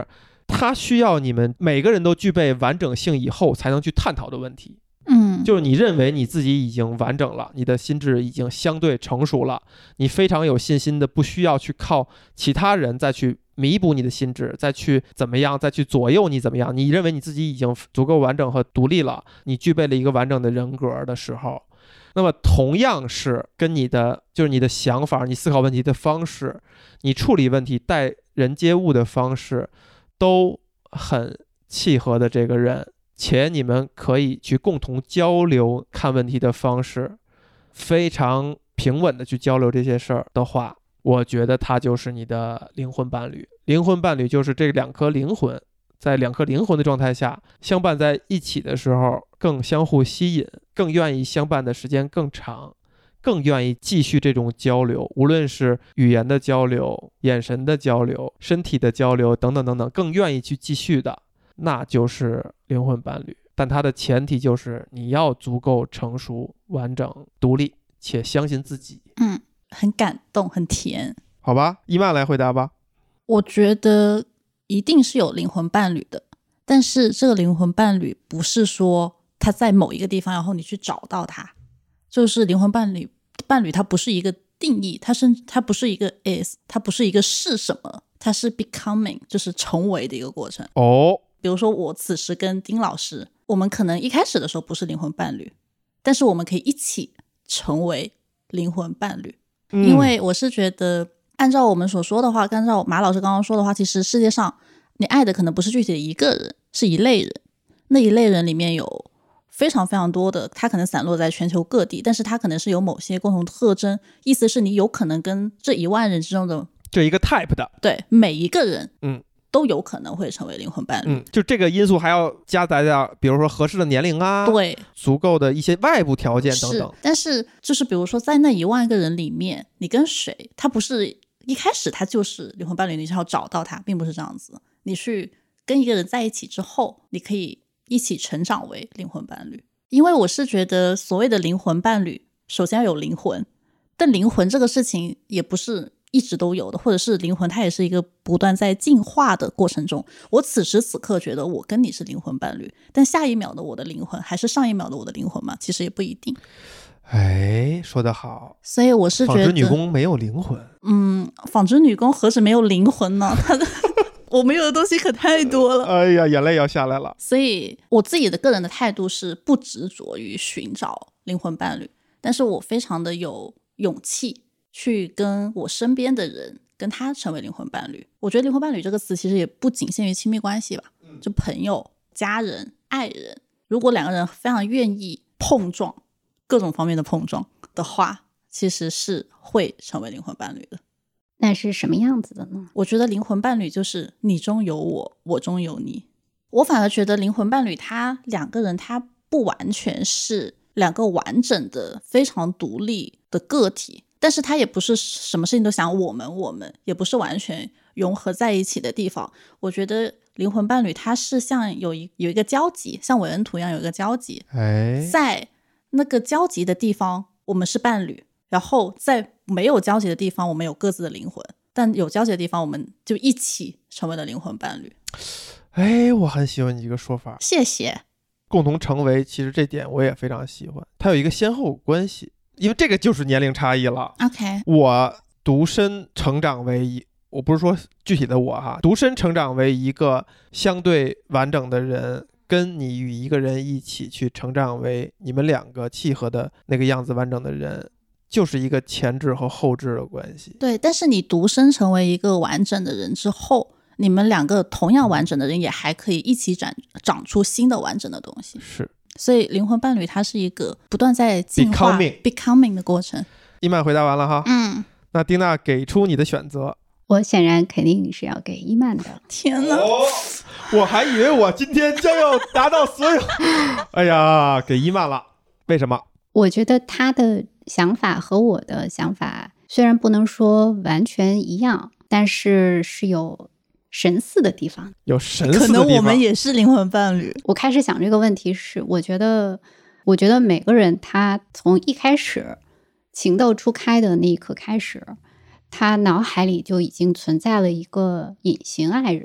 S1: 它需要你们每个人都具备完整性以后才能去探讨的问题。
S3: 嗯，
S1: 就是你认为你自己已经完整了，你的心智已经相对成熟了，你非常有信心的不需要去靠其他人再去弥补你的心智，再去怎么样，再去左右你怎么样，你认为你自己已经足够完整和独立了，你具备了一个完整的人格的时候，那么同样是跟你的就是你的想法，你思考问题的方式，你处理问题待人接物的方式都很契合的这个人，且你们可以去共同交流看问题的方式，非常平稳的去交流这些事儿的话，我觉得他就是你的灵魂伴侣。灵魂伴侣就是这两颗灵魂在两颗灵魂的状态下相伴在一起的时候更相互吸引，更愿意相伴的时间更长，更愿意继续这种交流，无论是语言的交流、眼神的交流、身体的交流等等等等，更愿意去继续的，那就是灵魂伴侣。但它的前提就是你要足够成熟、完整、独立，且相信自己。
S3: 嗯，很感动，很甜。
S1: 好吧，伊曼来回答吧。
S3: 我觉得一定是有灵魂伴侣的，但是这个灵魂伴侣不是说他在某一个地方，然后你去找到他。就是灵魂伴侣，伴侣它不是一个定义，它是它不是一个 is， 它不是一个是什么，它是 becoming， 就是成为的一个过程。
S1: 哦，
S3: 比如说我此时跟丁老师，我们可能一开始的时候不是灵魂伴侣，但是我们可以一起成为灵魂伴侣。
S1: 嗯、
S3: 因为我是觉得按照我们所说的话，按照马老师刚刚说的话，其实世界上你爱的可能不是具体的一个人，是一类人。那一类人里面有非常非常多的，他可能散落在全球各地，但是他可能是有某些共同特征，意思是你有可能跟这一万人之中的
S1: 这一个 type 的，
S3: 对每一个人
S1: 嗯
S3: 都有可能会成为灵魂伴侣。
S1: 嗯，就这个因素还要加载到比如说合适的年龄啊，
S3: 对，
S1: 足够的一些外部条件等等。
S3: 是，但是就是比如说在那一万个人里面，你跟谁，他不是一开始他就是灵魂伴侣，你是要找到他，并不是这样子。你去跟一个人在一起之后，你可以一起成长为灵魂伴侣。因为我是觉得所谓的灵魂伴侣，首先要有灵魂，但灵魂这个事情也不是一直都有的，或者是灵魂它也是一个不断在进化的过程中。我此时此刻觉得我跟你是灵魂伴侣，但下一秒的我的灵魂还是上一秒的我的灵魂吗？其实也不一定。
S1: 哎，说得好。
S3: 所以我是觉得
S1: 纺织女工没有灵魂。
S3: 嗯，纺织女工何止没有灵魂呢？她的我没有的东西可太多了。
S1: 哎呀，眼泪要下来了。
S3: 所以我自己的个人的态度是不执着于寻找灵魂伴侣，但是我非常的有勇气去跟我身边的人跟他成为灵魂伴侣。我觉得灵魂伴侣这个词其实也不仅限于亲密关系吧，就朋友、家人、爱人，如果两个人非常愿意碰撞，各种方面的碰撞的话，其实是会成为灵魂伴侣的。
S2: 那是什么样子的呢？
S3: 我觉得灵魂伴侣就是你中有我，我中有你。我反而觉得灵魂伴侣他两个人他不完全是两个完整的非常独立的个体，但是他也不是什么事情都想我们我们，也不是完全融合在一起的地方。我觉得灵魂伴侣它是像有一有一个交集，像韦恩图一样有一个交集，
S1: 哎，
S3: 在那个交集的地方我们是伴侣，然后在没有交集的地方我们有各自的灵魂，但有交集的地方我们就一起成为了灵魂伴侣。
S1: 哎，我很喜欢你这个说法，
S3: 谢谢。
S1: 共同成为，其实这点我也非常喜欢，它有一个先后关系，因为这个就是年龄差异了。
S3: OK，
S1: 我独身成长为一，我不是说具体的我哈，独身成长为一个相对完整的人，跟你与一个人一起去成长为你们两个契合的那个样子完整的人，就是一个前置和后置的关系。
S3: 对，但是你独身成为一个完整的人之后，你们两个同样完整的人也还可以一起长长出新的完整的东西。
S1: 是，
S3: 所以灵魂伴侣它是一个不断在进化
S1: Becoming,
S3: becoming 的过程。
S1: 伊曼回答完了哈，
S3: 嗯，
S1: 那丁娜给出你的选择。
S2: 我显然肯定是要给伊曼的。
S3: 天哪、
S1: 哦，我还以为我今天将要达到所有哎呀，给伊曼了。为什么？
S2: 我觉得他的想法和我的想法虽然不能说完全一样，但是是有神似的地方。
S1: 有神似的地
S3: 可
S1: 方。
S3: 能我们也是灵魂伴侣。
S2: 我开始想这个问题是，我觉得我觉得每个人他从一开始情窦初开的那一刻开始，他脑海里就已经存在了一个隐形爱人，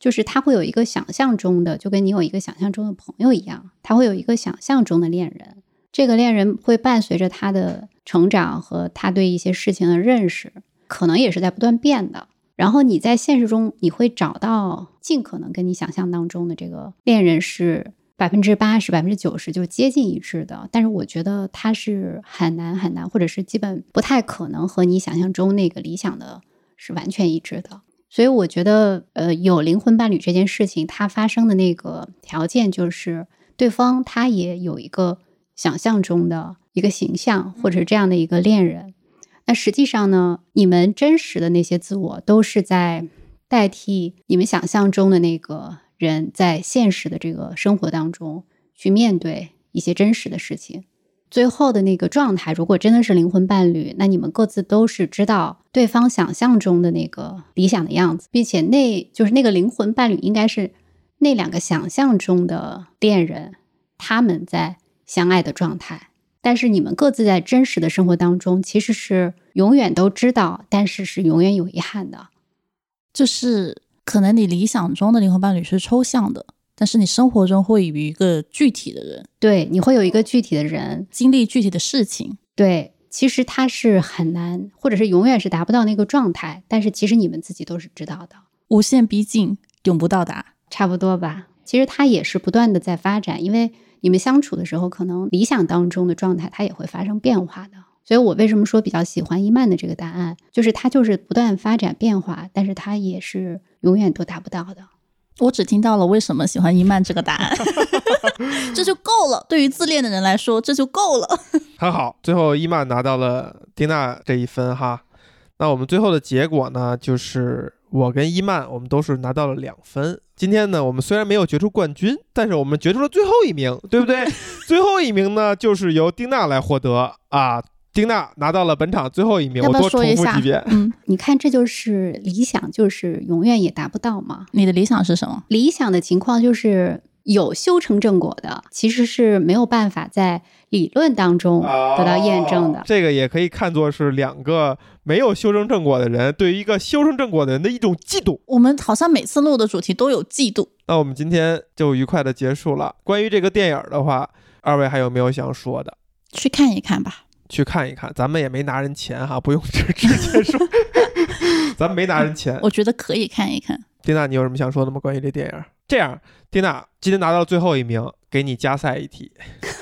S2: 就是他会有一个想象中的，就跟你有一个想象中的朋友一样，他会有一个想象中的恋人，这个恋人会伴随着他的成长和他对一些事情的认识，可能也是在不断变的。然后你在现实中你会找到尽可能跟你想象当中的这个恋人是百分之八十、百分之九十就接近一致的，但是我觉得它是很难很难，或者是基本不太可能和你想象中那个理想的是完全一致的。所以我觉得，呃，有灵魂伴侣这件事情，它发生的那个条件就是对方他也有一个想象中的一个形象，或者是这样的一个恋人。那实际上呢，你们真实的那些自我都是在代替你们想象中的那个人在现实的这个生活当中去面对一些真实的事情。最后的那个状态，如果真的是灵魂伴侣，那你们各自都是知道对方想象中的那个理想的样子，并且那就是那个灵魂伴侣应该是那两个想象中的恋人他们在相爱的状态。但是你们各自在真实的生活当中其实是永远都知道，但是是永远有遗憾的。
S3: 就是可能你理想中的灵魂伴侣是抽象的，但是你生活中会有一个具体的人，
S2: 对，你会有一个具体的人
S3: 经历具体的事情。
S2: 对，其实他是很难，或者是永远是达不到那个状态，但是其实你们自己都是知道的。
S3: 无限逼近，永不到达，
S2: 差不多吧。其实他也是不断的在发展，因为你们相处的时候，可能理想当中的状态它也会发生变化的。所以我为什么说比较喜欢伊曼的这个答案，就是它就是不断发展变化，但是它也是永远都达不到的。
S3: 我只听到了为什么喜欢伊曼这个答案这就够了，对于自恋的人来说这就够了。
S1: 很好，最后伊曼拿到了丁娜这一分哈。那我们最后的结果呢，就是我跟伊曼我们都是拿到了两分。今天呢，我们虽然没有决出冠军，但是我们决出了最后一名，对不对？最后一名呢，就是由丁娜来获得啊。丁娜拿到了本场最后一名，
S3: 要不要
S1: 我多重复几遍。
S3: 嗯，
S2: 你看，这就是理想，就是永远也达不到嘛。
S3: 你的理想是什么？
S2: 理想的情况就是有修成正果的，其实是没有办法在理论当中得到验证的。
S1: 哦、这个也可以看作是两个没有修成正果的人对于一个修成正果的人的一种嫉妒。
S3: 我们好像每次录的主题都有嫉妒。
S1: 那我们今天就愉快的结束了。关于这个电影的话，二位还有没有想说的？
S3: 去看一看吧。
S1: 去看一看，咱们也没拿人钱哈，不用直直接说咱们没拿人钱。
S3: 我觉得可以看一看。
S1: 丁娜，你有什么想说的吗？关于这电影？这样，丁娜今天拿到最后一名，给你加赛一题。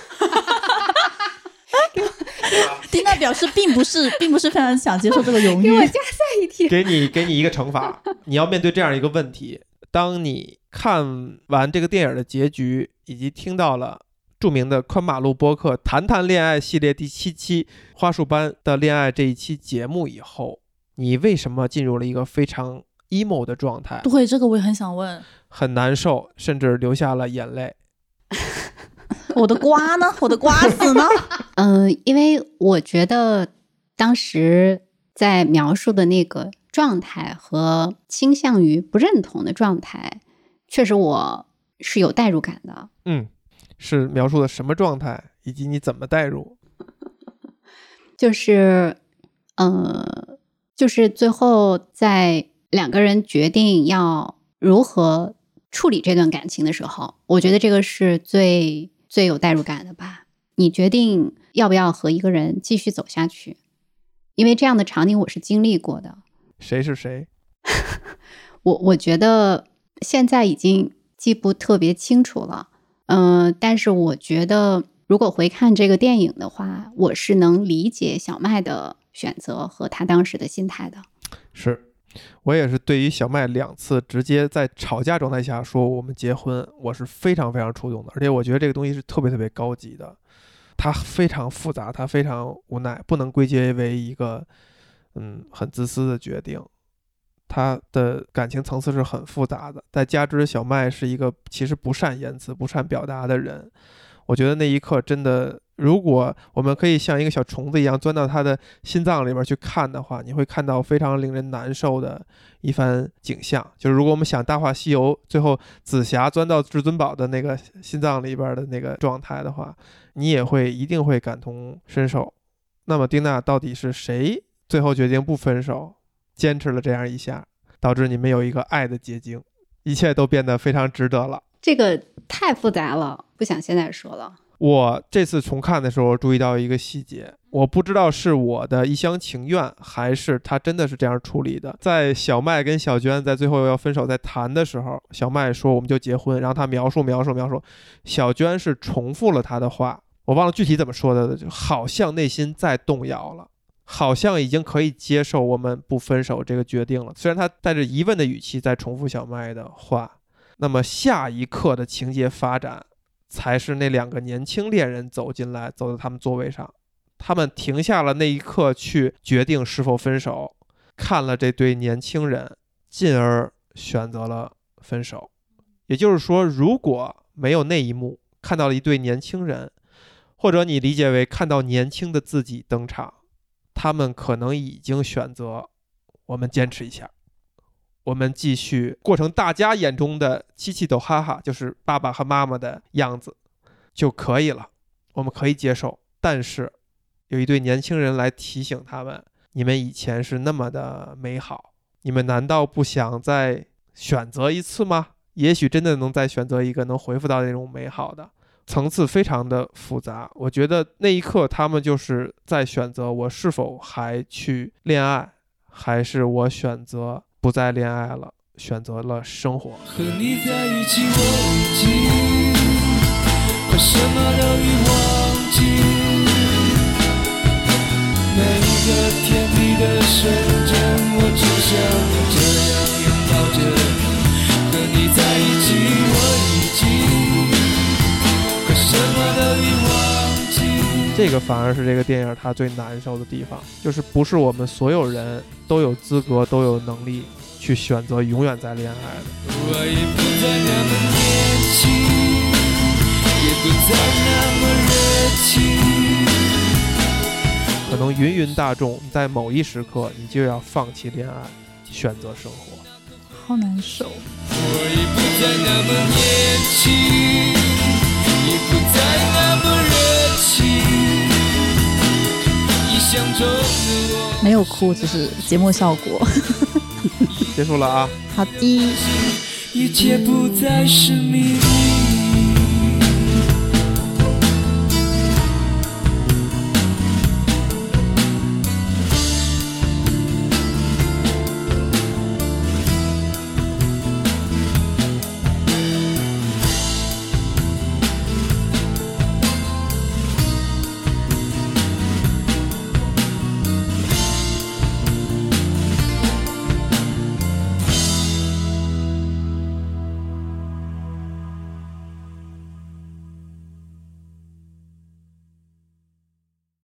S3: 丁娜表示并不是并不是非常想接受这个荣誉，
S2: 给我加赛一题。
S1: 给你给你一个惩罚，你要面对这样一个问题：当你看完这个电影的结局，以及听到了著名的宽马路播客谈谈恋爱系列第七期花束般的恋爱这一期节目以后，你为什么进入了一个非常 emo 的状态？
S3: 对，这个我也很想问。
S1: 很难受，甚至流下了眼泪。
S3: 我的瓜呢？我的瓜子呢？
S2: 嗯、呃，因为我觉得当时在描述的那个状态和倾向于不认同的状态，确实我是有代入感的。
S1: 嗯。是描述的什么状态，以及你怎么代入？
S2: 就是呃，就是最后在两个人决定要如何处理这段感情的时候，我觉得这个是最最有代入感的吧。你决定要不要和一个人继续走下去，因为这样的场景我是经历过的。
S1: 谁是谁？
S2: 我我觉得现在已经记不特别清楚了。嗯、呃，但是我觉得如果回看这个电影的话，我是能理解小麦的选择和他当时的心态的。
S1: 是，我也是对于小麦两次直接在吵架状态下说我们结婚，我是非常非常触动的。而且我觉得这个东西是特别特别高级的，它非常复杂，它非常无奈，不能归结为一个嗯很自私的决定。他的感情层次是很复杂的，再加之小麦是一个其实不善言辞不善表达的人，我觉得那一刻真的，如果我们可以像一个小虫子一样钻到他的心脏里边去看的话，你会看到非常令人难受的一番景象。就是如果我们想大话西游最后紫霞钻到至尊宝的那个心脏里边的那个状态的话，你也会一定会感同身受。那么丁娜到底是谁最后决定不分手，坚持了这样一下，导致你们有一个爱的结晶？ 一切都变得非常值得了。
S2: 这个太复杂了，不想现在说了。
S1: 我这次重看的时候注意到一个细节，我不知道是我的一厢情愿还是他真的是这样处理的。在小麦跟小娟在最后要分手在谈的时候，小麦说我们就结婚，然后他描述描述描述，小娟是重复了他的话，我忘了具体怎么说的，就好像内心在动摇了，好像已经可以接受我们不分手这个决定了。虽然他带着疑问的语气在重复小麦的话，那么下一刻的情节发展才是那两个年轻恋人走进来，走到他们座位上，他们停下了那一刻去决定是否分手，看了这对年轻人，进而选择了分手。也就是说，如果没有那一幕，看到了一对年轻人，或者你理解为看到年轻的自己登场，他们可能已经选择我们坚持一下，我们继续过成大家眼中的七七抖哈哈，就是爸爸和妈妈的样子就可以了，我们可以接受。但是有一对年轻人来提醒他们，你们以前是那么的美好，你们难道不想再选择一次吗？也许真的能再选择一个能恢复到那种美好的。层次非常的复杂，我觉得那一刻他们就是在选择我是否还去恋爱，还是我选择不再恋爱了，选择了生活。
S4: 和你在一起我已经快什么都已忘记，每一个甜蜜的瞬间我只想这样拥抱着你。和你在一起我已经快什么都已忘记。
S1: 这个反而是这个电影它最难受的地方，就是不是我们所有人都有资格都有能力去选择永远在恋爱的。
S4: 我已不再那么年轻，也不再那么热情，
S1: 可能芸芸大众在某一时刻你就要放弃恋爱，选择生活。
S3: 好难受。
S4: 我已不再那么年轻，也不再那么热情，一想中的我
S3: 没有哭，只是节目效果。
S1: 结束了啊。
S3: 好的。
S4: 一切不再是谜。